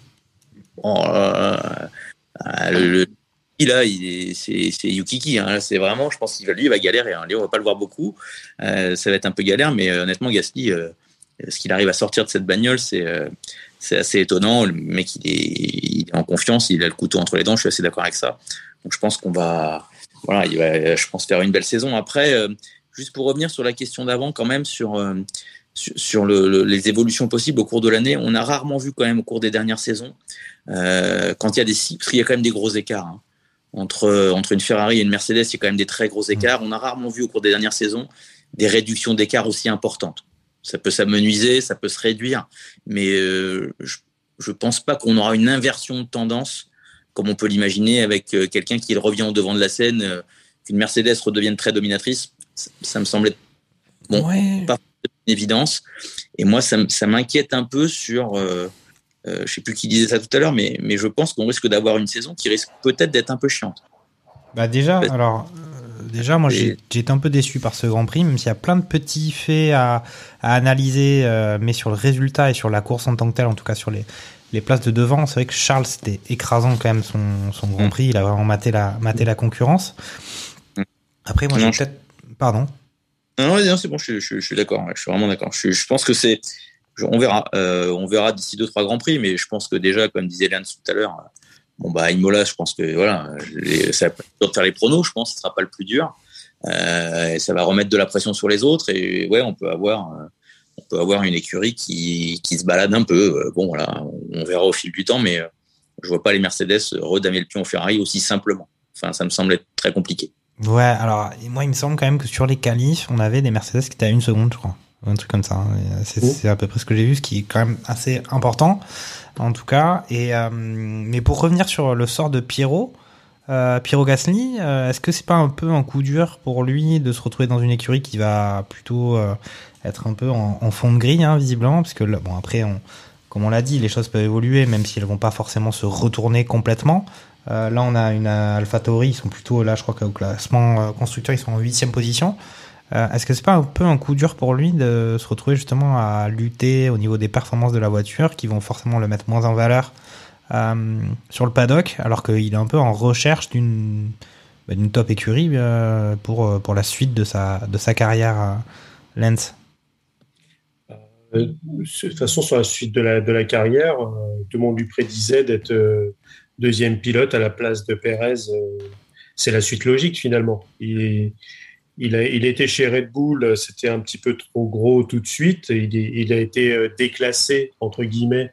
c'est Yukiki, hein. C'est vraiment, je pense qu'il va galérer, hein. Lui, on va pas le voir beaucoup. Ça va être un peu galère, mais honnêtement, Gasly... ce qu'il arrive à sortir de cette bagnole, c'est assez étonnant. Le mec, il est en confiance, il a le couteau entre les dents. Je suis assez d'accord avec ça. Donc, je pense il va, je pense, faire une belle saison. Après, juste pour revenir sur la question d'avant, quand même, sur les évolutions possibles au cours de l'année, on a rarement vu quand même au cours des dernières saisons, quand il y a parce qu'il y a quand même des gros écarts, hein. Entre une Ferrari et une Mercedes, il y a quand même des très gros écarts. On a rarement vu au cours des dernières saisons des réductions d'écart aussi importantes. Ça peut s'amenuiser, ça peut se réduire, mais je pense pas qu'on aura une inversion de tendance comme on peut l'imaginer avec quelqu'un qui revient au devant de la scène, qu'une Mercedes redevienne très dominatrice. Ça me semblait pas une évidence. Et moi, ça m'inquiète un peu sur... je sais plus qui disait ça tout à l'heure, mais je pense qu'on risque d'avoir une saison qui risque peut-être d'être un peu chiante. Déjà, moi, j'ai été un peu déçu par ce Grand Prix, même s'il y a plein de petits faits à analyser, mais sur le résultat et sur la course en tant que telle, en tout cas sur les places de devant, c'est vrai que Charles, c'était écrasant quand même son Grand Prix. Il a vraiment maté la concurrence. Après, moi, Pardon. Non, c'est bon, je suis d'accord. Je suis vraiment d'accord. Je pense que c'est... On verra d'ici 2-3 Grands Prix, mais je pense que déjà, comme disait Lance tout à l'heure... Imola, je pense que voilà, ça va pas faire les pronos, je pense que ce sera pas le plus dur. Et ça va remettre de la pression sur les autres et ouais, on peut avoir une écurie qui se balade un peu. On verra au fil du temps, mais je vois pas les Mercedes redamer le pion au Ferrari aussi simplement. Enfin, ça me semble être très compliqué. Ouais, alors moi, il me semble quand même que sur les qualifs, on avait des Mercedes qui étaient à 1 seconde, je crois. Un truc comme ça. C'est à peu près ce que j'ai vu, ce qui est quand même assez important, en tout cas. Mais pour revenir sur le sort de Piero Gasly, est-ce que c'est pas un peu un coup dur pour lui de se retrouver dans une écurie qui va plutôt être un peu en fond de grille, hein, visiblement, parce que là, après, comme on l'a dit, les choses peuvent évoluer, même si elles vont pas forcément se retourner complètement. Là, on a une AlphaTauri, ils sont plutôt là, je crois qu'au classement constructeur, ils sont en 8e position. Est-ce que c'est pas un peu un coup dur pour lui de se retrouver justement à lutter au niveau des performances de la voiture qui vont forcément le mettre moins en valeur sur le paddock, alors qu'il est un peu en recherche d'une top écurie pour la suite de sa carrière, Lance? De toute façon, sur la suite de la carrière, tout le monde lui prédisait d'être deuxième pilote à la place de Pérez. C'est la suite logique finalement. Il était chez Red Bull, c'était un petit peu trop gros tout de suite. Il a été déclassé, entre guillemets,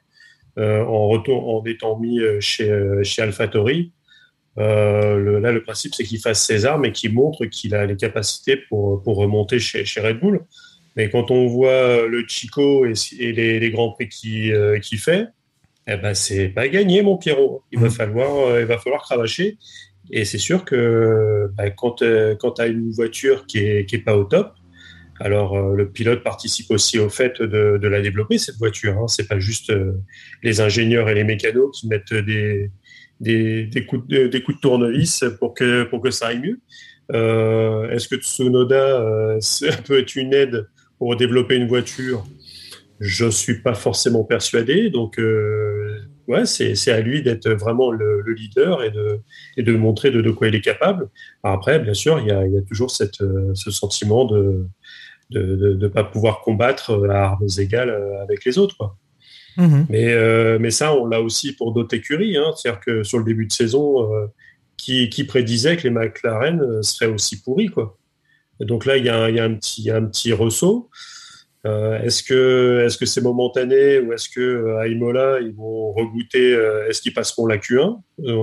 en étant mis chez AlphaTauri. Là, le principe, c'est qu'il fasse ses armes et qu'il montre qu'il a les capacités pour remonter chez Red Bull. Mais quand on voit le Chico et les Grands Prix qu'il fait, c'est pas gagné, mon Pierrot. Il va falloir cravacher. Et c'est sûr que quand tu as une voiture qui est pas au top, alors le pilote participe aussi au fait de la développer, cette voiture. Hein. C'est pas juste les ingénieurs et les mécanos qui mettent des coups de tournevis pour que ça aille mieux. Est-ce que Tsunoda peut être une aide pour développer une voiture? Je suis pas forcément persuadé. Donc, ouais, c'est à lui d'être vraiment le leader et de montrer de quoi il est capable. Alors après, bien sûr, il y a toujours ce sentiment de pas pouvoir combattre à armes égales avec les autres, quoi. Mais ça, on l'a aussi pour d'autres écuries. Hein. C'est-à-dire que sur le début de saison, qui prédisait que les McLaren seraient aussi pourris, quoi. Et donc là, il y a un petit ressaut. Est-ce que c'est momentané ou est-ce que à Imola ils vont regoûter? Est-ce qu'ils passeront la Q1?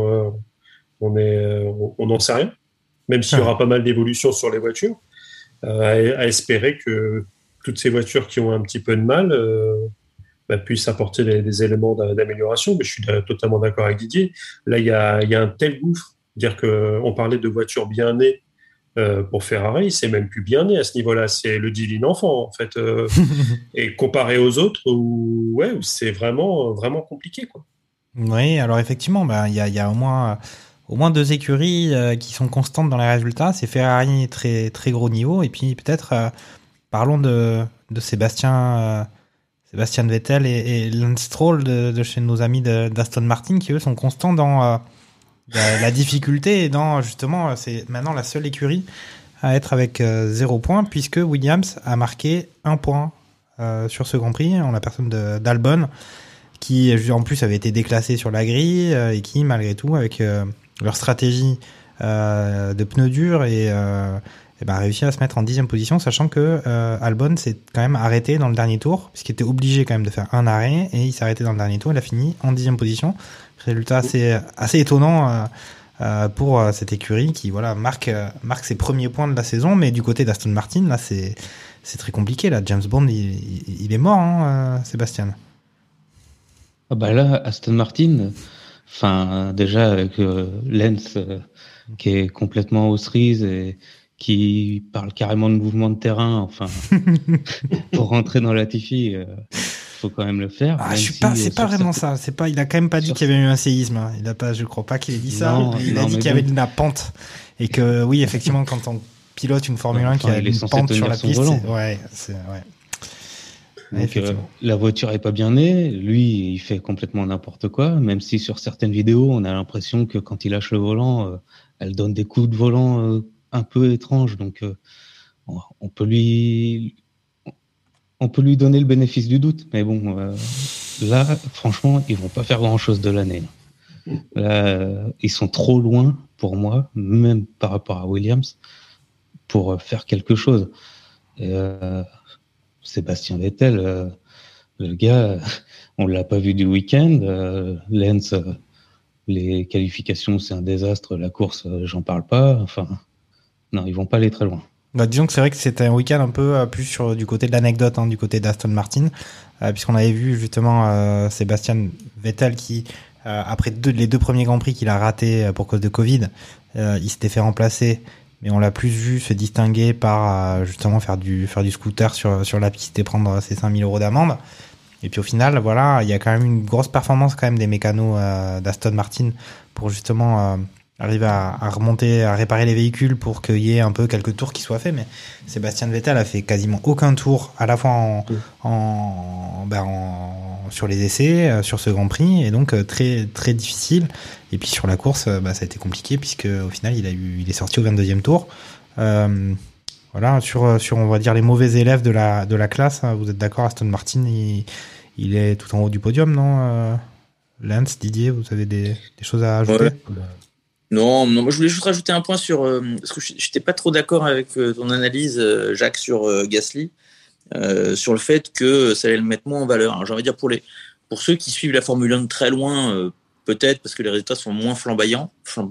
On n'en sait rien. Même s'il y aura pas mal d'évolutions sur les voitures, à espérer que toutes ces voitures qui ont un petit peu de mal puissent apporter des éléments d'amélioration. Mais je suis totalement d'accord avec Didier. Là, il y a un tel gouffre. Dire qu'on parlait de voitures bien nées pour Ferrari, c'est même plus bien né à ce niveau-là. C'est le Dylan enfant, en fait. Et comparé aux autres, où c'est vraiment, vraiment compliqué, quoi. Oui, alors effectivement, il y a au moins deux écuries qui sont constantes dans les résultats. C'est Ferrari, très, très gros niveau. Et puis peut-être, parlons de Sébastien Vettel et Lance Stroll de chez nos amis d'Aston Martin, qui eux sont constants dans la difficulté et dans, justement, c'est maintenant la seule écurie à être avec 0 point, puisque Williams a marqué 1 point sur ce Grand Prix en la personne d'Albon, qui en plus avait été déclassé sur la grille et qui, malgré tout, avec leur stratégie de pneus durs a réussi à se mettre en 10e position, sachant que Albon s'est quand même arrêté dans le dernier tour, puisqu'il était obligé quand même de faire un arrêt, et il s'est arrêté dans le dernier tour. Il a fini en 10e position. Résultat assez étonnant pour cette écurie qui marque ses premiers points de la saison. Mais du côté d'Aston Martin, là c'est très compliqué. Là, James Bond il est mort, hein, Sébastien. Là, Aston Martin, déjà avec Lance qui est complètement aux cerises et qui parle carrément de mouvement de terrain, pour rentrer dans Latifi, faut quand même le faire. C'est pas vraiment ça. Il a quand même pas dit qu'il y avait eu un séisme. Il a pas, je crois pas qu'il ait dit ça. Il a dit qu'il y avait de la pente et que oui, effectivement, quand on pilote une Formule 1 qui a une pente sur la piste, Donc, la voiture est pas bien née. Lui, il fait complètement n'importe quoi. Même si sur certaines vidéos, on a l'impression que quand il lâche le volant, elle donne des coups de volant un peu étranges. Donc, on peut lui donner le bénéfice du doute, mais bon, là, franchement, ils vont pas faire grand-chose de l'année. Là, ils sont trop loin pour moi, même par rapport à Williams, pour faire quelque chose. Et, Sébastien Vettel, le gars, on l'a pas vu du week-end. Lance, les qualifications, c'est un désastre. La course, j'en parle pas. Non, ils vont pas aller très loin. Disons que c'est vrai que c'était un week-end un peu plus du côté de l'anecdote, du côté d'Aston Martin, puisqu'on avait vu justement Sébastien Vettel qui, après les 2 premiers Grands Prix qu'il a ratés pour cause de Covid, il s'était fait remplacer, mais on l'a plus vu se distinguer par justement faire du scooter sur la piste et prendre ses 5 000 € d'amende. Et puis au final, il y a quand même une grosse performance quand même des mécanos d'Aston Martin pour justement arriver à remonter, à réparer les véhicules pour qu'il y ait un peu quelques tours qui soient faits. Mais Sébastien Vettel a fait quasiment aucun tour, à la fois sur les essais, sur ce Grand Prix, et donc très très difficile. Et puis sur la course, ça a été compliqué puisque au final il est sorti au 22e tour. Sur on va dire les mauvais élèves de la classe. Vous êtes d'accord, Aston Martin, il est tout en haut du podium, non? Lance, Didier, vous avez des choses à ajouter? Ouais. Non, moi je voulais juste rajouter un point sur parce que je n'étais pas trop d'accord avec ton analyse, Jacques, sur Gasly, sur le fait que ça allait le mettre moins en valeur. Alors, j'ai envie de dire pour ceux qui suivent la Formule 1 de très loin, peut-être parce que les résultats sont moins flamboyants,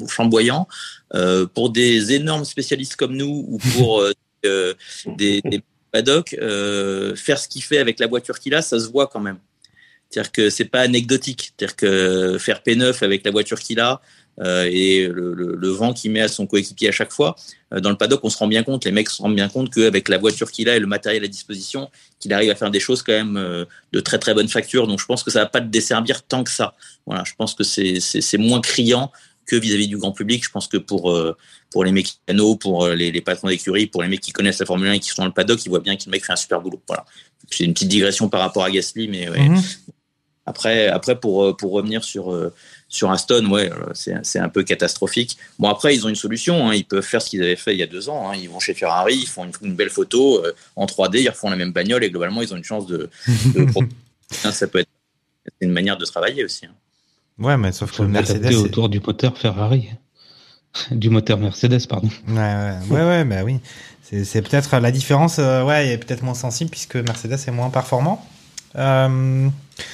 pour des énormes spécialistes comme nous ou pour des paddocks, faire ce qu'il fait avec la voiture qu'il a, ça se voit quand même. C'est-à-dire que c'est pas anecdotique. C'est-à-dire que faire P9 avec la voiture qu'il a, et le vent qu'il met à son coéquipier à chaque fois. Dans le paddock, on se rend bien compte, les mecs se rendent bien compte qu'avec la voiture qu'il a et le matériel à disposition, qu'il arrive à faire des choses quand même de très très bonne facture. Donc je pense que ça va pas te desservir tant que ça. Voilà, je pense que c'est moins criant que vis-à-vis du grand public. Je pense que pour les mécanos, pour les patrons d'écurie, pour les mecs qui connaissent la Formule 1 et qui sont dans le paddock, ils voient bien que le mec fait un super boulot. Voilà. C'est une petite digression par rapport à Gasly, mais ouais. Après pour revenir sur Aston, ouais, c'est un peu catastrophique. Bon, après, ils ont une solution, hein. Ils peuvent faire ce qu'ils avaient fait il y a 2 ans, hein. Ils vont chez Ferrari, ils font une belle photo en 3D, ils refont la même bagnole et globalement, ils ont une chance de ça peut être une manière de travailler aussi, hein. Ouais, mais sauf que Mercedes autour du moteur Ferrari, du moteur Mercedes, pardon. Ouais, bah oui. C'est peut-être la différence. Ouais, il est peut-être moins sensible puisque Mercedes est moins performant. Ouais,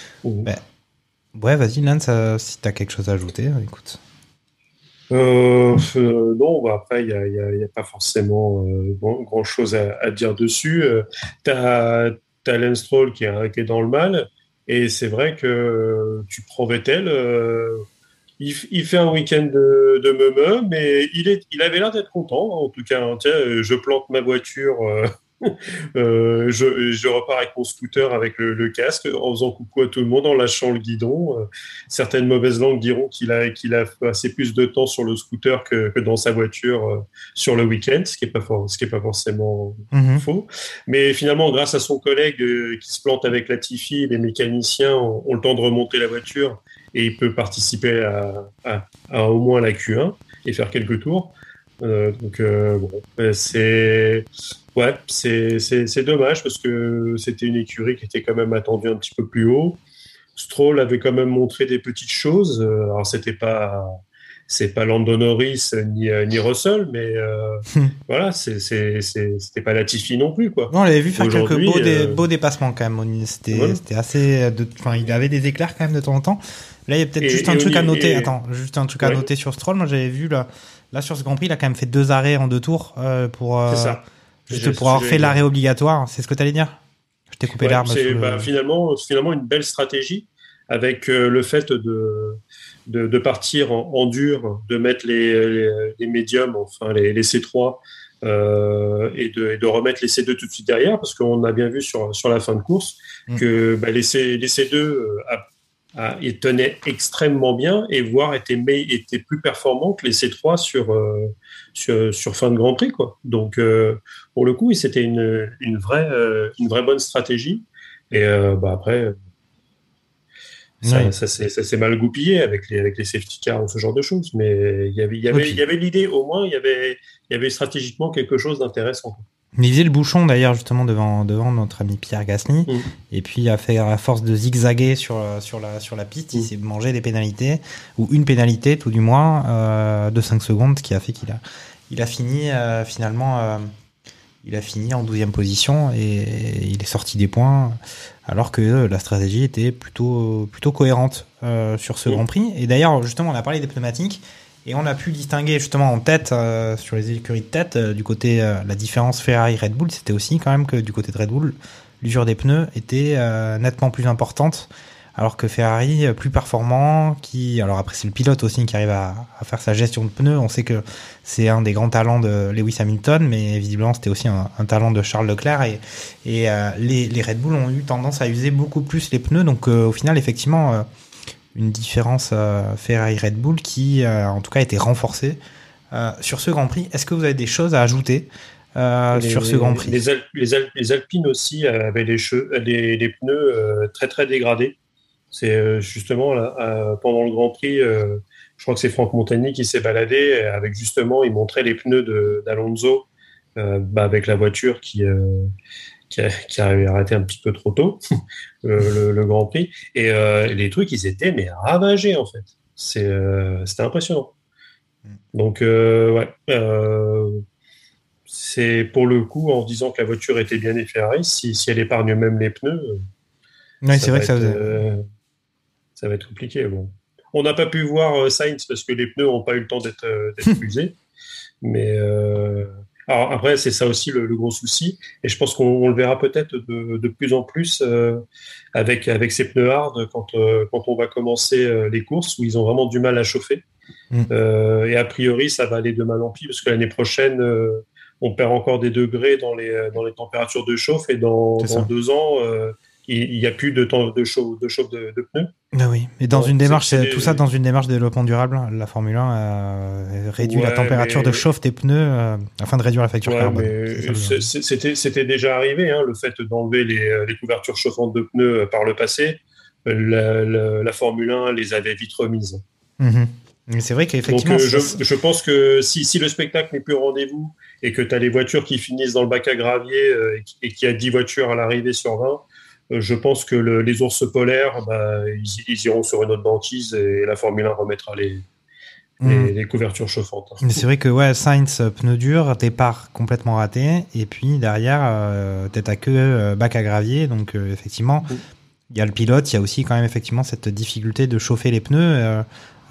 vas-y, Lance, si t'as quelque chose à ajouter, écoute. Non, bah après, il y a pas forcément grand-chose à dire dessus. T'as Lance Stroll qui est dans le mal. Et c'est vrai que tu prends Vettel, il fait un week-end de meumeux, mais il avait l'air d'être content, en tout cas. Hein, tiens, je plante ma voiture, je repars avec mon scooter avec le casque, en faisant coucou à tout le monde, en lâchant le guidon. Certaines mauvaises langues diront qu'il a passé plus de temps sur le scooter que dans sa voiture sur le week-end, ce qui est pas forcément faux. Mais finalement, grâce à son collègue qui se plante avec Latifi, les mécaniciens ont le temps de remonter la voiture et il peut participer à au moins la Q1 et faire quelques tours. C'est dommage parce que c'était une écurie qui était quand même attendue un petit peu plus haut. Stroll avait quand même montré des petites choses. Alors c'est pas Lando Norris ni Russell, mais voilà, c'était pas Latifi non plus, quoi. Non, on l'avait vu faire quelques beaux dépassements quand même. C'était assez. Enfin, il avait des éclairs quand même de temps en temps. Là, il y a peut-être juste un truc à noter. Attends, juste un truc à noter sur Stroll. Moi, j'avais vu là sur ce Grand Prix, il a quand même fait 2 arrêts en 2 tours pour avoir fait l'arrêt obligatoire. C'est ce que tu allais dire? Je t'ai coupé l'herbe. Finalement, une belle stratégie avec le fait de partir en dur, de mettre les médiums, enfin les C3, et de remettre les C2 tout de suite derrière, parce qu'on a bien vu sur la fin de course que les C2 ils tenaient extrêmement bien et voire étaient plus performants que les C3 sur fin de Grand Prix, quoi. Donc pour le coup, c'était une vraie bonne stratégie. Et après ça s'est mal goupillé avec les safety cars ou ce genre de choses, mais il y avait l'idée, au moins il y avait stratégiquement quelque chose d'intéressant. Il faisait le bouchon d'ailleurs justement devant notre ami Pierre Gasly, et puis à force de zigzaguer sur la piste, il s'est mangé des pénalités, ou une pénalité tout du moins de 5 secondes, ce qui a fait qu'il a fini finalement il a fini en 12e position et il est sorti des points alors que la stratégie était plutôt cohérente sur ce Grand Prix. Et d'ailleurs justement on a parlé des pneumatiques. Et on a pu distinguer justement en tête, sur les écuries de tête, du côté la différence Ferrari-Red Bull, c'était aussi quand même que du côté de Red Bull, l'usure des pneus était nettement plus importante, alors que Ferrari, plus performant, alors après c'est le pilote aussi qui arrive à faire sa gestion de pneus. On sait que c'est un des grands talents de Lewis Hamilton, mais visiblement c'était aussi un talent de Charles Leclerc, et les Red Bull ont eu tendance à user beaucoup plus les pneus, donc au final effectivement... une différence Ferrari-Red Bull qui, en tout cas, a été renforcée sur ce Grand Prix. Est-ce que vous avez des choses à ajouter sur ce Grand Prix? Les Alpines aussi avaient des pneus très très dégradés. C'est justement là, pendant le Grand Prix, je crois que c'est Franck Montagny qui s'est baladé avec justement, il montrait les pneus d'Alonso avec la voiture qui avait arrêté un petit peu trop tôt le Grand Prix, et les trucs ils étaient ravagés en fait. C'était impressionnant. Donc c'est pour le coup, en se disant que la voiture était bien Ferrari, si elle épargne même les pneus, ça va être compliqué. Bon, on n'a pas pu voir Sainz parce que les pneus n'ont pas eu le temps d'être usés, mais alors après, c'est ça aussi le gros souci, et je pense qu'on le verra peut-être de plus en plus avec ces pneus hard quand on va commencer les courses où ils ont vraiment du mal à chauffer. Et a priori, ça va aller de mal en pis parce que l'année prochaine, on perd encore des degrés dans les températures de chauffe et dans 2 ans, il n'y a plus de temps de chauffe de pneus. Ah oui, et dans une démarche, tout ça dans une démarche de développement durable, la Formule 1 réduit la température de chauffe des pneus afin de réduire la facture carbone. C'était déjà arrivé, hein, le fait d'enlever les couvertures chauffantes de pneus par le passé. La Formule 1 les avait vite remises. Mais c'est vrai qu'effectivement... Donc je pense que si le spectacle n'est plus au rendez-vous et que tu as les voitures qui finissent dans le bac à gravier et qu'il y a 10 voitures à l'arrivée sur 20, je pense que les ours polaires, ils iront sur une autre banquise et la Formule 1 remettra les couvertures chauffantes. Mais c'est vrai que Sainz, pneu dur, départ complètement raté, et puis derrière, tête à queue, bac à gravier, donc effectivement, il y a le pilote, il y a aussi quand même effectivement cette difficulté de chauffer les pneus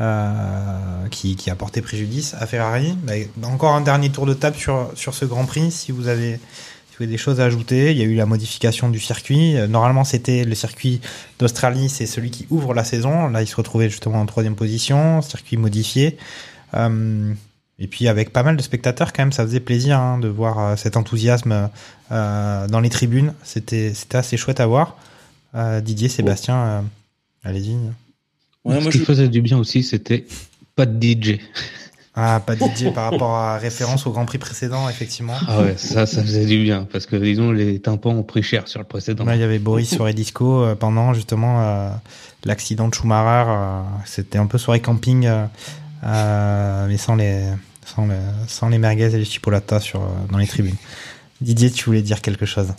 qui a porté préjudice à Ferrari. Encore un dernier tour de table sur ce Grand Prix, si vous avez des choses à ajouter. Il y a eu la modification du circuit. Normalement, c'était le circuit d'Australie, c'est celui qui ouvre la saison. Là, il se retrouvait justement en 3e position, circuit modifié. Et puis, avec pas mal de spectateurs, quand même, ça faisait plaisir de voir cet enthousiasme dans les tribunes. C'était assez chouette à voir. Didier, Sébastien, allez-y. Ce qui faisait du bien aussi, c'était pas de DJ. Ah, pas de DJ par rapport à référence au Grand Prix précédent, effectivement. Ah ouais, ça faisait du bien, parce que disons, les tympans ont pris cher sur le précédent. Là, il y avait Boris soirée disco pendant justement l'accident de Schumacher. C'était un peu soirée camping, mais sans les merguez et les chipolatas dans les tribunes. Didier, tu voulais dire quelque chose?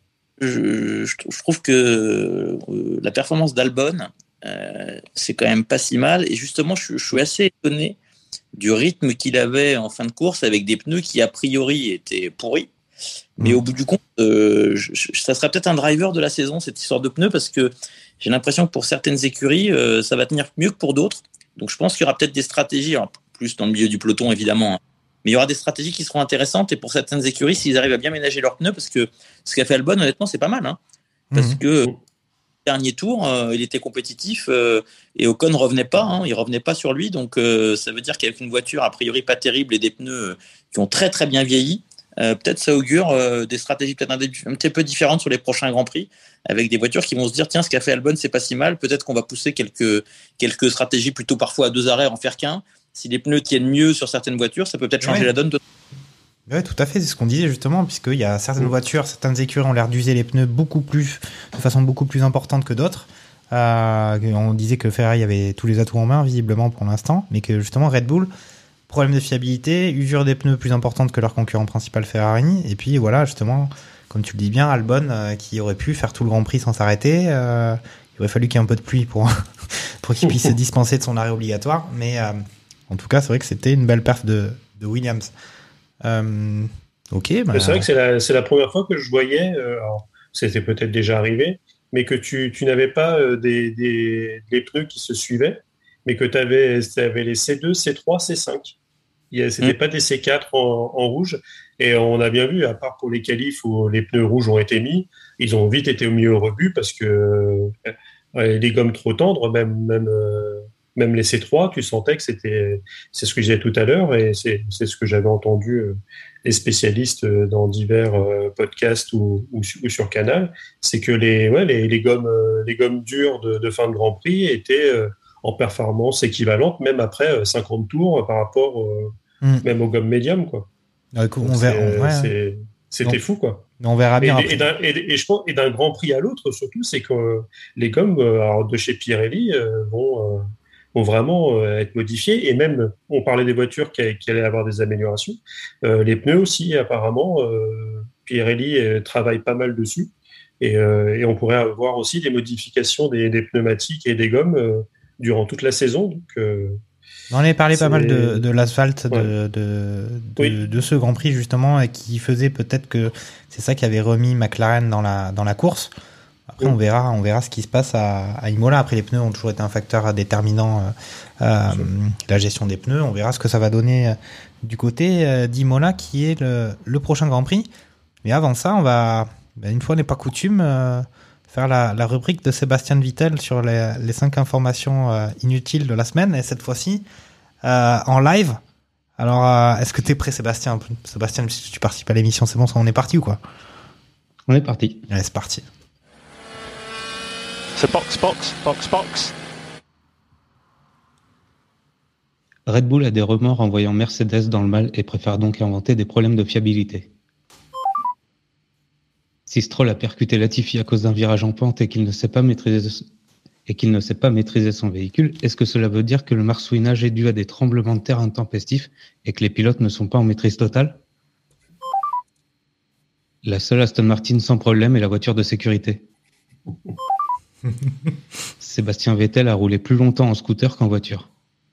Je trouve que la performance d'Albon, c'est quand même pas si mal. Et justement, je suis assez étonné du rythme qu'il avait en fin de course avec des pneus qui, a priori, étaient pourris. Mais au bout du compte, ça serait peut-être un driver de la saison, cette histoire de pneus, parce que j'ai l'impression que pour certaines écuries, ça va tenir mieux que pour d'autres. Donc, je pense qu'il y aura peut-être des stratégies, alors, plus dans le milieu du peloton, évidemment, mais il y aura des stratégies qui seront intéressantes. Et pour certaines écuries, s'ils arrivent à bien ménager leurs pneus, parce que ce qu'a fait Albon, honnêtement, c'est pas mal. Parce que dernier tour, il était compétitif et Ocon ne revenait pas. Il revenait pas sur lui. Donc, ça veut dire qu'avec une voiture a priori pas terrible et des pneus qui ont très très bien vieilli, peut-être ça augure des stratégies peut-être un petit peu différentes sur les prochains Grands Prix, avec des voitures qui vont se dire tiens, ce qu'a fait Albon, c'est pas si mal. Peut-être qu'on va pousser quelques stratégies plutôt parfois à 2 arrêts en faire qu'un. Si les pneus tiennent mieux sur certaines voitures, ça peut peut-être changer la donne. Oui, tout à fait, c'est ce qu'on disait justement, puisqu'il y a certaines voitures, certaines écuries ont l'air d'user les pneus de façon beaucoup plus importante que d'autres. On disait que Ferrari avait tous les atouts en main, visiblement pour l'instant, mais que justement Red Bull, problème de fiabilité, usure des pneus plus importante que leur concurrent principal Ferrari, et puis voilà, justement, comme tu le dis bien, Albon, qui aurait pu faire tout le Grand Prix sans s'arrêter, il aurait fallu qu'il y ait un peu de pluie pour qu'il puisse se dispenser de son arrêt obligatoire, mais en tout cas, c'est vrai que c'était une belle perf de Williams. C'est vrai que c'est la première fois que je voyais, alors, c'était peut-être déjà arrivé, mais que tu n'avais pas des pneus qui se suivaient, mais que tu avais les C2, C3, C5. C'était pas des C4 en rouge, et on a bien vu, à part pour les qualifs où les pneus rouges ont été mis, ils ont vite été mis au rebut parce que les gommes trop tendres, même les C3, tu sentais que c'est ce que je disais tout à l'heure, et c'est ce que j'avais entendu les spécialistes dans divers podcasts ou sur Canal, c'est que les gommes dures de fin de Grand Prix étaient en performance équivalente, même après 50 tours par rapport même aux gommes médium, quoi. C'était fou, quoi. On verra bien. Et je pense, et d'un Grand Prix à l'autre, surtout, c'est que les gommes de chez Pirelli vont vraiment être modifiés, et même on parlait des voitures qui allaient avoir des améliorations, les pneus aussi apparemment, Pirelli travaille pas mal dessus, et on pourrait avoir aussi des modifications des pneumatiques et des gommes durant toute la saison. Donc, on avait parlé pas mal de l'asphalte de ce Grand Prix justement, et qui faisait peut-être que c'est ça qui avait remis McLaren dans la course. Après, on verra ce qui se passe à Imola. Après, les pneus ont toujours été un facteur déterminant, la gestion des pneus. On verra ce que ça va donner du côté d'Imola, qui est le prochain Grand Prix. Mais avant ça, on va, une fois n'est pas coutume, faire la rubrique de Sébastien Vettel sur les 5 informations inutiles de la semaine. Et cette fois-ci, en live. Alors, est-ce que t'es prêt, Sébastien? Sébastien, si tu participes à l'émission, c'est bon, on est parti ou quoi? On est parti. Allez, c'est parti. So box. Red Bull a des remords en voyant Mercedes dans le mal et préfère donc inventer des problèmes de fiabilité. Si Stroll a percuté Latifi à cause d'un virage en pente et qu'il ne sait pas maîtriser son véhicule, est-ce que cela veut dire que le marsouinage est dû à des tremblements de terre intempestifs et que les pilotes ne sont pas en maîtrise totale? La seule Aston Martin sans problème est la voiture de sécurité. Sébastien Vettel a roulé plus longtemps en scooter qu'en voiture.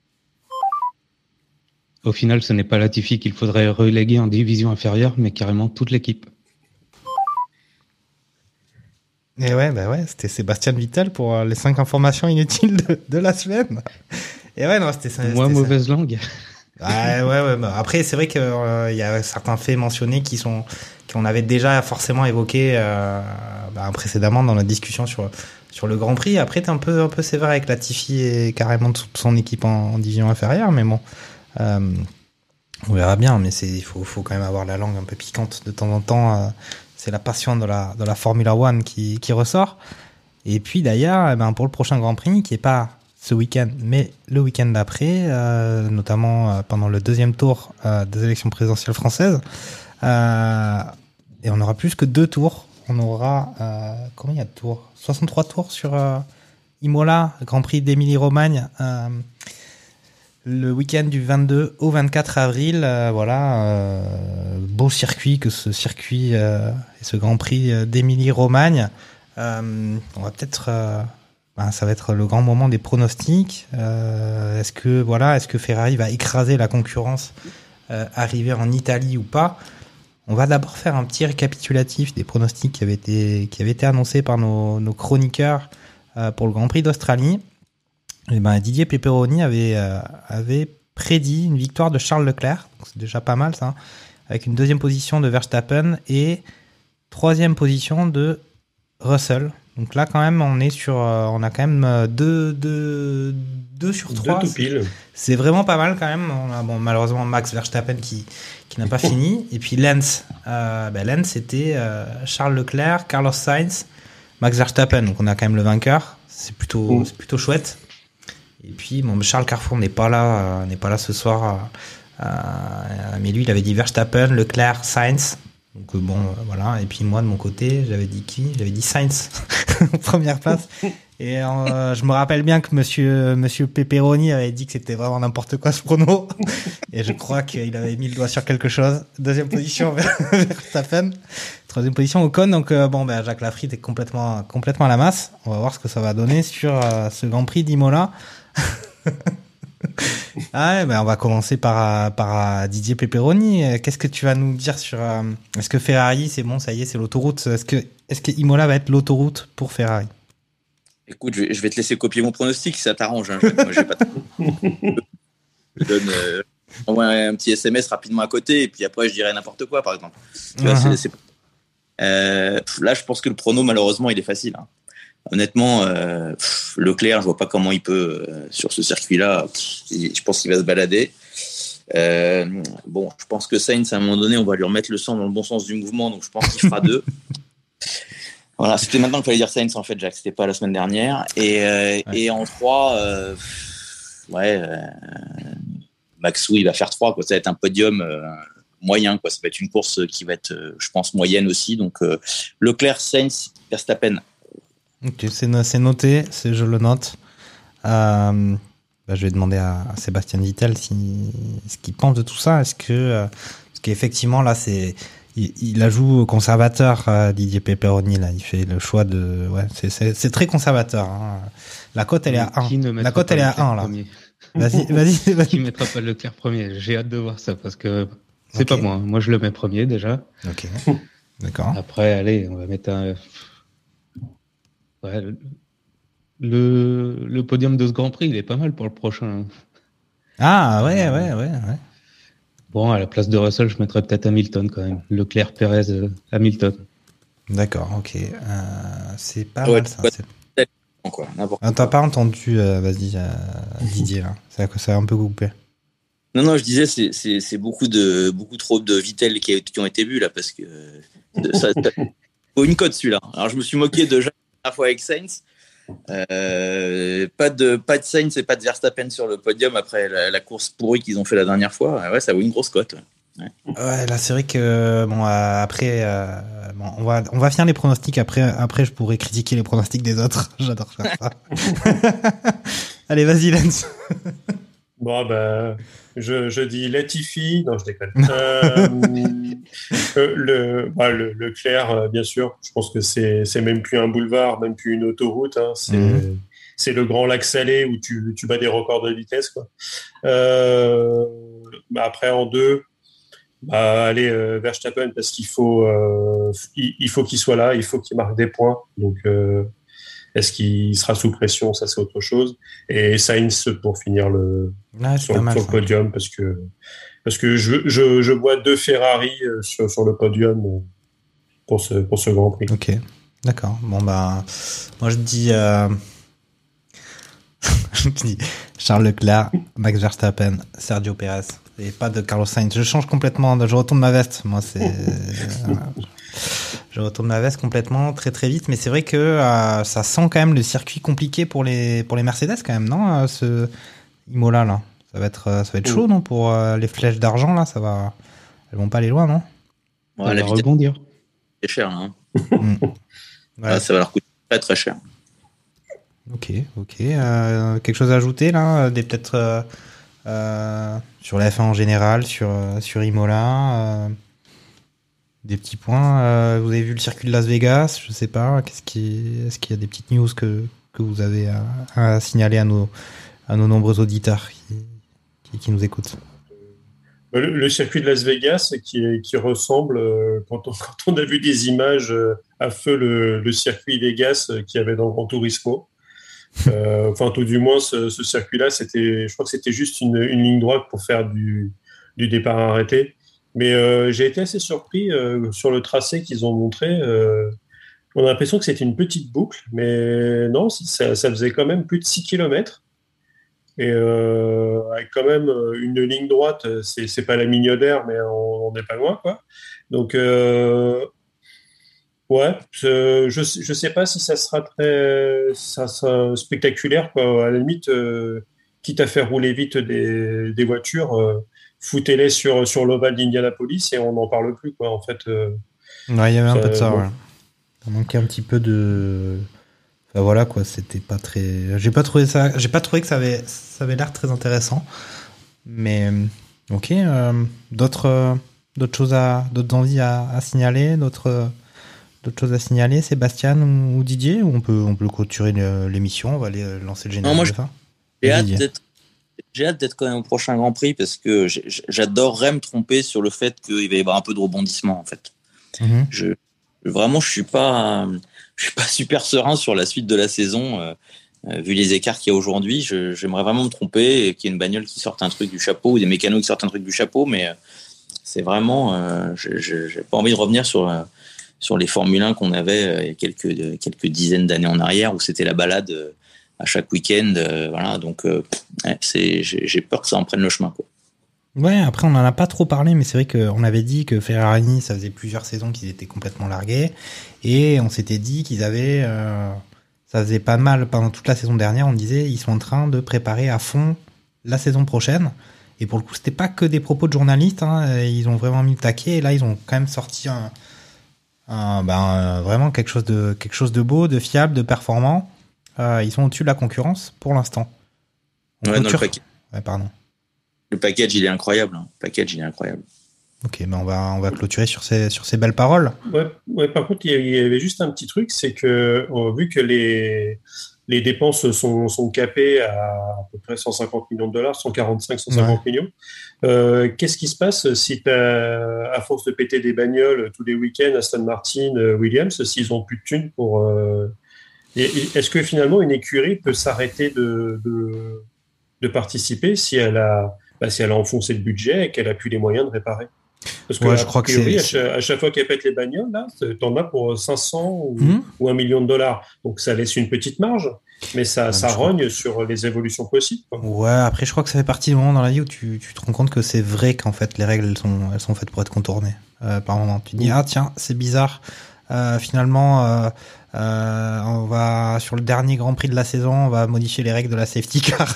Au final, ce n'est pas Latifi qu'il faudrait reléguer en division inférieure, mais carrément toute l'équipe. Et ouais, c'était Sébastien Vettel pour les 5 informations inutiles de la semaine. Et ouais, non, c'était mauvaise langue. Ouais. Bah, après, c'est vrai qu'il y a certains faits mentionnés qu'on avait déjà forcément évoqués précédemment dans la discussion sur le Grand Prix. Après, t'es un peu sévère avec Latifi et carrément toute son équipe en division inférieure, mais bon. On verra bien, mais il faut quand même avoir la langue un peu piquante de temps en temps. C'est la passion de la Formula One qui ressort. Et puis d'ailleurs, pour le prochain Grand Prix, qui est pas ce week-end, mais le week-end d'après, notamment pendant le deuxième tour des élections présidentielles françaises, et on aura plus que 2 tours. On aura combien il y a de tours? 63 tours sur Imola, Grand Prix d'Émilie-Romagne. Le week-end du 22 au 24 avril, beau circuit que ce circuit et ce Grand Prix d'Émilie-Romagne. On va peut-être, ça va être le grand moment des pronostics. Est-ce que Ferrari va écraser la concurrence arrivée en Italie ou pas? On va d'abord faire un petit récapitulatif des pronostics qui avaient été annoncés par nos chroniqueurs pour le Grand Prix d'Australie. Et Didier Pepperoni avait prédit une victoire de Charles Leclerc, donc c'est déjà pas mal ça, avec une 2e position de Verstappen et 3e position de Russell. Donc là quand même on a quand même 2 sur 3. 2 tout pile. C'est vraiment pas mal quand même. On a malheureusement Max Verstappen qui n'a pas fini, et puis Lance c'était Charles Leclerc, Carlos Sainz, Max Verstappen. Donc on a quand même le vainqueur. C'est plutôt chouette. Et puis Charles Carrefour n'est pas là ce soir, mais lui il avait dit Verstappen, Leclerc, Sainz. Donc voilà. Et puis moi de mon côté j'avais dit Sainz en première place. Et je me rappelle bien que monsieur Pepperoni avait dit que c'était vraiment n'importe quoi ce prono. Et je crois qu'il avait mis le doigt sur quelque chose. 2e position Verstappen, 3e position Ocon. Donc Jacques Lafritte est complètement à la masse. On va voir ce que ça va donner sur ce Grand Prix d'Imola. On va commencer par Didier Pepperoni. Qu'est-ce que tu vas nous dire sur est-ce que Ferrari c'est bon, ça y est, c'est l'autoroute? Est-ce que Imola va être l'autoroute pour Ferrari? Écoute, je vais te laisser copier mon pronostic si ça t'arrange, hein, Jacques. Moi, j'ai pas je donne envoie un petit SMS rapidement à côté et puis après je dirais n'importe quoi, par exemple. Tu vois, là je pense que le prono malheureusement il est facile, hein. Honnêtement, Leclerc, je vois pas comment il peut sur ce circuit-là. Je pense qu'il va se balader. Je pense que Sainz, à un moment donné, on va lui remettre le sang dans le bon sens du mouvement, donc je pense qu'il fera 2. Voilà, c'était maintenant qu'il fallait dire Sainz en fait, Jacques. C'était pas la semaine dernière. Et en 3, Maxou, il va faire 3. Quoi. Ça va être un podium moyen. Quoi. Ça va être une course qui va être, je pense, moyenne aussi. Donc Leclerc, Sainz, Verstappen. Ok, c'est noté, je le note. Je vais demander à Sébastien Vettel ce qu'il pense de tout ça. Parce qu'effectivement là il la joue conservateur, Didier Pepperoni là. Il fait le choix de c'est très conservateur. Hein. La cote elle est à 1. La cote elle est à 1 là. Vas-y. Qui mettra pas Leclerc premier? J'ai hâte de voir ça parce que c'est pas moi. Moi je le mets premier déjà. Ok. D'accord. Après allez, on va mettre un. Ouais, le podium de ce Grand Prix, il est pas mal pour le prochain. Ah ouais. Bon, à la place de Russell, je mettrais peut-être Hamilton quand même. Leclerc, Perez, Hamilton. D'accord, ok. C'est pas mal ça. T'as pas entendu, Didier là. C'est un peu coupé. Non, je disais, c'est beaucoup trop de Vittel qui ont été vus là, parce que ça faut une cote celui-là. Alors je me suis moqué de Jacques la dernière fois avec Sainz. Pas de Sainz et pas de Verstappen sur le podium après la course pourrie qu'ils ont fait la dernière fois. Ouais, ça vaut une grosse cote. Ouais, là c'est vrai que bon après on va finir les pronostics après je pourrais critiquer les pronostics des autres. J'adore faire ça. Allez, vas-y Lens. Bon je dis Latifi, non je déconne. Le Leclerc, bien sûr, je pense que c'est même plus un boulevard, même plus une autoroute, hein. C'est le grand lac salé où tu bats des records de vitesse, quoi. Après en 2, allez, Verstappen, parce qu'il faut qu'il soit là, il faut qu'il marque des points. Donc, est-ce qu'il sera sous pression? Ça, c'est autre chose. Et Sainz pour finir sur le podium, parce que je vois 2 Ferrari sur le podium pour ce Grand Prix. Ok, d'accord. Bon, moi, je dis Charles Leclerc, Max Verstappen, Sergio Perez. Et pas de Carlos Sainz. Je change complètement. Je retourne ma veste. Moi, je retourne ma veste complètement très très vite. Mais c'est vrai que ça sent quand même le circuit compliqué pour les Mercedes quand même, non? Ce Imola là, ça va être chaud, non? Pour les flèches d'argent là, elles vont pas aller loin, non? Ouais, la rebondir. C'est cher, hein. Ouais. Ça va leur coûter très très cher. Ok. Quelque chose à ajouter là? Peut-être sur la F1 en général, sur Imola, des petits points. Vous avez vu le circuit de Las Vegas? Je sais pas. Est-ce qu'il y a des petites news que vous avez à signaler à nos nombreux auditeurs qui nous écoutent? Le circuit de Las Vegas qui ressemble, quand on a vu des images à feu, le circuit Vegas qu'il y avait dans Gran Turismo. Tout du moins, ce circuit-là, je crois que c'était juste une ligne droite pour faire du départ arrêté. Mais j'ai été assez surpris sur le tracé qu'ils ont montré. On a l'impression que c'était une petite boucle, mais non, ça faisait quand même plus de 6 km. Et avec quand même une ligne droite, c'est pas la Mignonette, mais on n'est pas loin, quoi. Donc, ouais, je sais pas si ça sera spectaculaire, quoi. À la limite, quitte à faire rouler vite des voitures, foutez-les sur l'ovale d'Indianapolis et on n'en parle plus, quoi. En fait, ouais, il y avait un peu de ça, ouais. Ça manquait un petit peu de. Enfin, voilà, quoi. C'était pas très. J'ai pas trouvé que ça avait l'air très intéressant. Mais ok. D'autres envies à signaler, d'autres choses à signaler, Sébastien ou Didier, ou on peut clôturer l'émission, on va aller lancer le générique de fin. J'ai hâte d'être quand même au prochain Grand Prix parce que j'adorerais me tromper sur le fait qu'il va y avoir un peu de rebondissement, en fait. Mm-hmm. Vraiment, je suis pas super serein sur la suite de la saison, vu les écarts qu'il y a aujourd'hui. J'aimerais vraiment me tromper et qu'il y ait une bagnole qui sorte un truc du chapeau ou des mécanos qui sortent un truc du chapeau, mais c'est vraiment, j'ai pas envie de revenir sur les Formule 1 qu'on avait il y a quelques dizaines d'années en arrière où c'était la balade à chaque week-end, voilà. Donc j'ai peur que ça en prenne le chemin, quoi. Ouais, après on en a pas trop parlé, mais c'est vrai qu'on avait dit que Ferrari, ça faisait plusieurs saisons qu'ils étaient complètement largués, et on s'était dit qu'ils avaient, ça faisait pas mal pendant toute la saison dernière. On disait ils sont en train de préparer à fond la saison prochaine, et pour le coup c'était pas que des propos de journalistes, hein, ils ont vraiment mis le taquet, et là ils ont quand même sorti vraiment quelque chose de beau, de fiable, de performant. Ils sont au-dessus de la concurrence pour l'instant. Ouais, non, le paquet. Ouais, pardon. Le package, il est incroyable. Hein. Le package, il est incroyable. Ok, ben on va clôturer sur ces belles paroles. Ouais, par contre, il y avait juste un petit truc, c'est que vu que les dépenses sont capées à peu près 150 millions de dollars, 145-150 millions, qu'est-ce qui se passe si à force de péter des bagnoles tous les week-ends, Aston Martin, Williams, s'ils ont plus de thunes pour... est-ce que finalement une écurie peut s'arrêter de participer si elle a enfoncé le budget et qu'elle a plus les moyens de réparer? Parce que, je crois priori, que à chaque fois qu'elle pète les bagnoles, là, t'en as pour 500 ou $1 million. Donc, ça laisse une petite marge, mais ça rogne sur les évolutions possibles, quoi. Ouais, après, je crois que ça fait partie du moment dans la vie où tu te rends compte que c'est vrai qu'en fait, les règles, elles sont faites pour être contournées. Par moment, tu te dis, ah tiens, c'est bizarre. Finalement, on va sur le dernier Grand Prix de la saison, on va modifier les règles de la safety car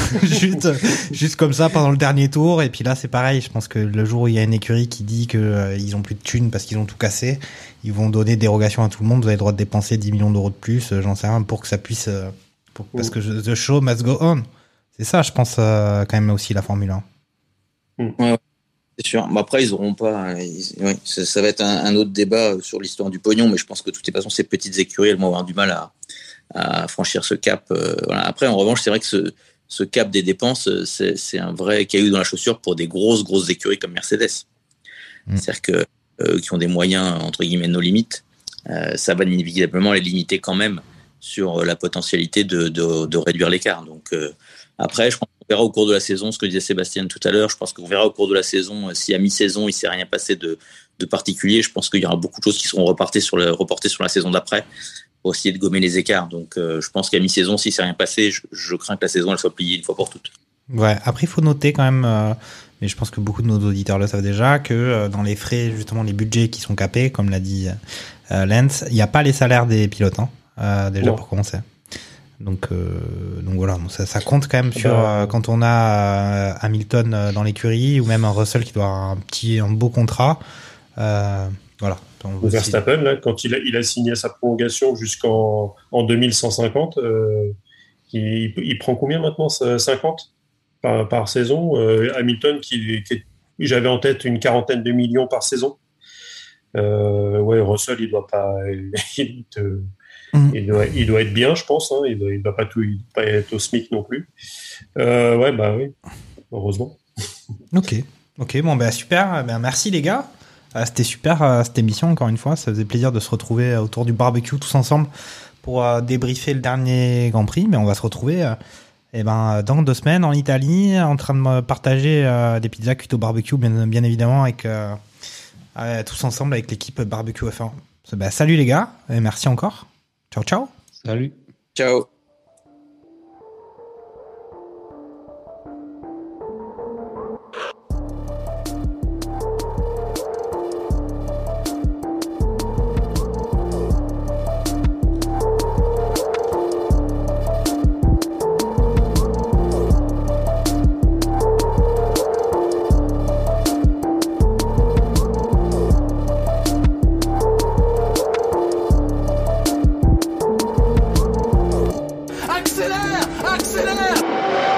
juste comme ça pendant le dernier tour. Et puis là, c'est pareil. Je pense que le jour où il y a une écurie qui dit que ils ont plus de thunes parce qu'ils ont tout cassé, ils vont donner dérogation à tout le monde. Vous avez le droit de dépenser 10 millions d'euros de plus, j'en sais rien, pour que ça puisse, parce que the show must go on. C'est ça, je pense, quand même aussi la Formule 1. Ouais. C'est sûr. Bon, après, ils auront pas. Ça va être un autre débat sur l'histoire du pognon, mais je pense que de toute façon, ces petites écuries, elles vont avoir du mal à franchir ce cap. Voilà. Après, en revanche, c'est vrai que ce cap des dépenses, c'est un vrai caillou dans la chaussure pour des grosses écuries comme Mercedes. C'est-à-dire que qui ont des moyens entre guillemets nos limites, ça va inévitablement les limiter quand même sur la potentialité de réduire l'écart. Donc après, je pense qu'on verra au cours de la saison, ce que disait Sébastien tout à l'heure, je pense qu'on verra au cours de la saison, si à mi-saison, il ne s'est rien passé de particulier, je pense qu'il y aura beaucoup de choses qui seront reportées sur la saison d'après pour essayer de gommer les écarts. Donc je pense qu'à mi-saison, si ça s'est rien passé, je crains que la saison elle soit pliée une fois pour toutes. Ouais, après, il faut noter quand même, mais je pense que beaucoup de nos auditeurs le savent déjà, que dans les frais, justement, les budgets qui sont capés, comme l'a dit Lance, il n'y a pas les salaires des pilotes, déjà pour commencer. Donc voilà, ça compte quand même sur quand on a Hamilton dans l'écurie ou même un Russell qui doit avoir un beau contrat. Voilà. Verstappen, là, quand il a signé sa prolongation jusqu'en 2150, il prend combien maintenant, 50 par saison. Hamilton j'avais en tête une 40aine de millions par saison. Russell, il doit pas. Il doit être bien, je pense. Hein. Il doit pas être au SMIC non plus. Oui, heureusement. Ok, bon, super. Merci les gars. C'était super cette émission, encore une fois. Ça faisait plaisir de se retrouver autour du barbecue tous ensemble pour débriefer le dernier Grand Prix. Mais on va se retrouver dans 2 semaines en Italie, en train de me partager des pizzas cuites au barbecue, bien évidemment, avec tous ensemble avec l'équipe Barbecue F1. Salut les gars, et merci encore. Ciao, ciao. Salut. Ciao. Accélère!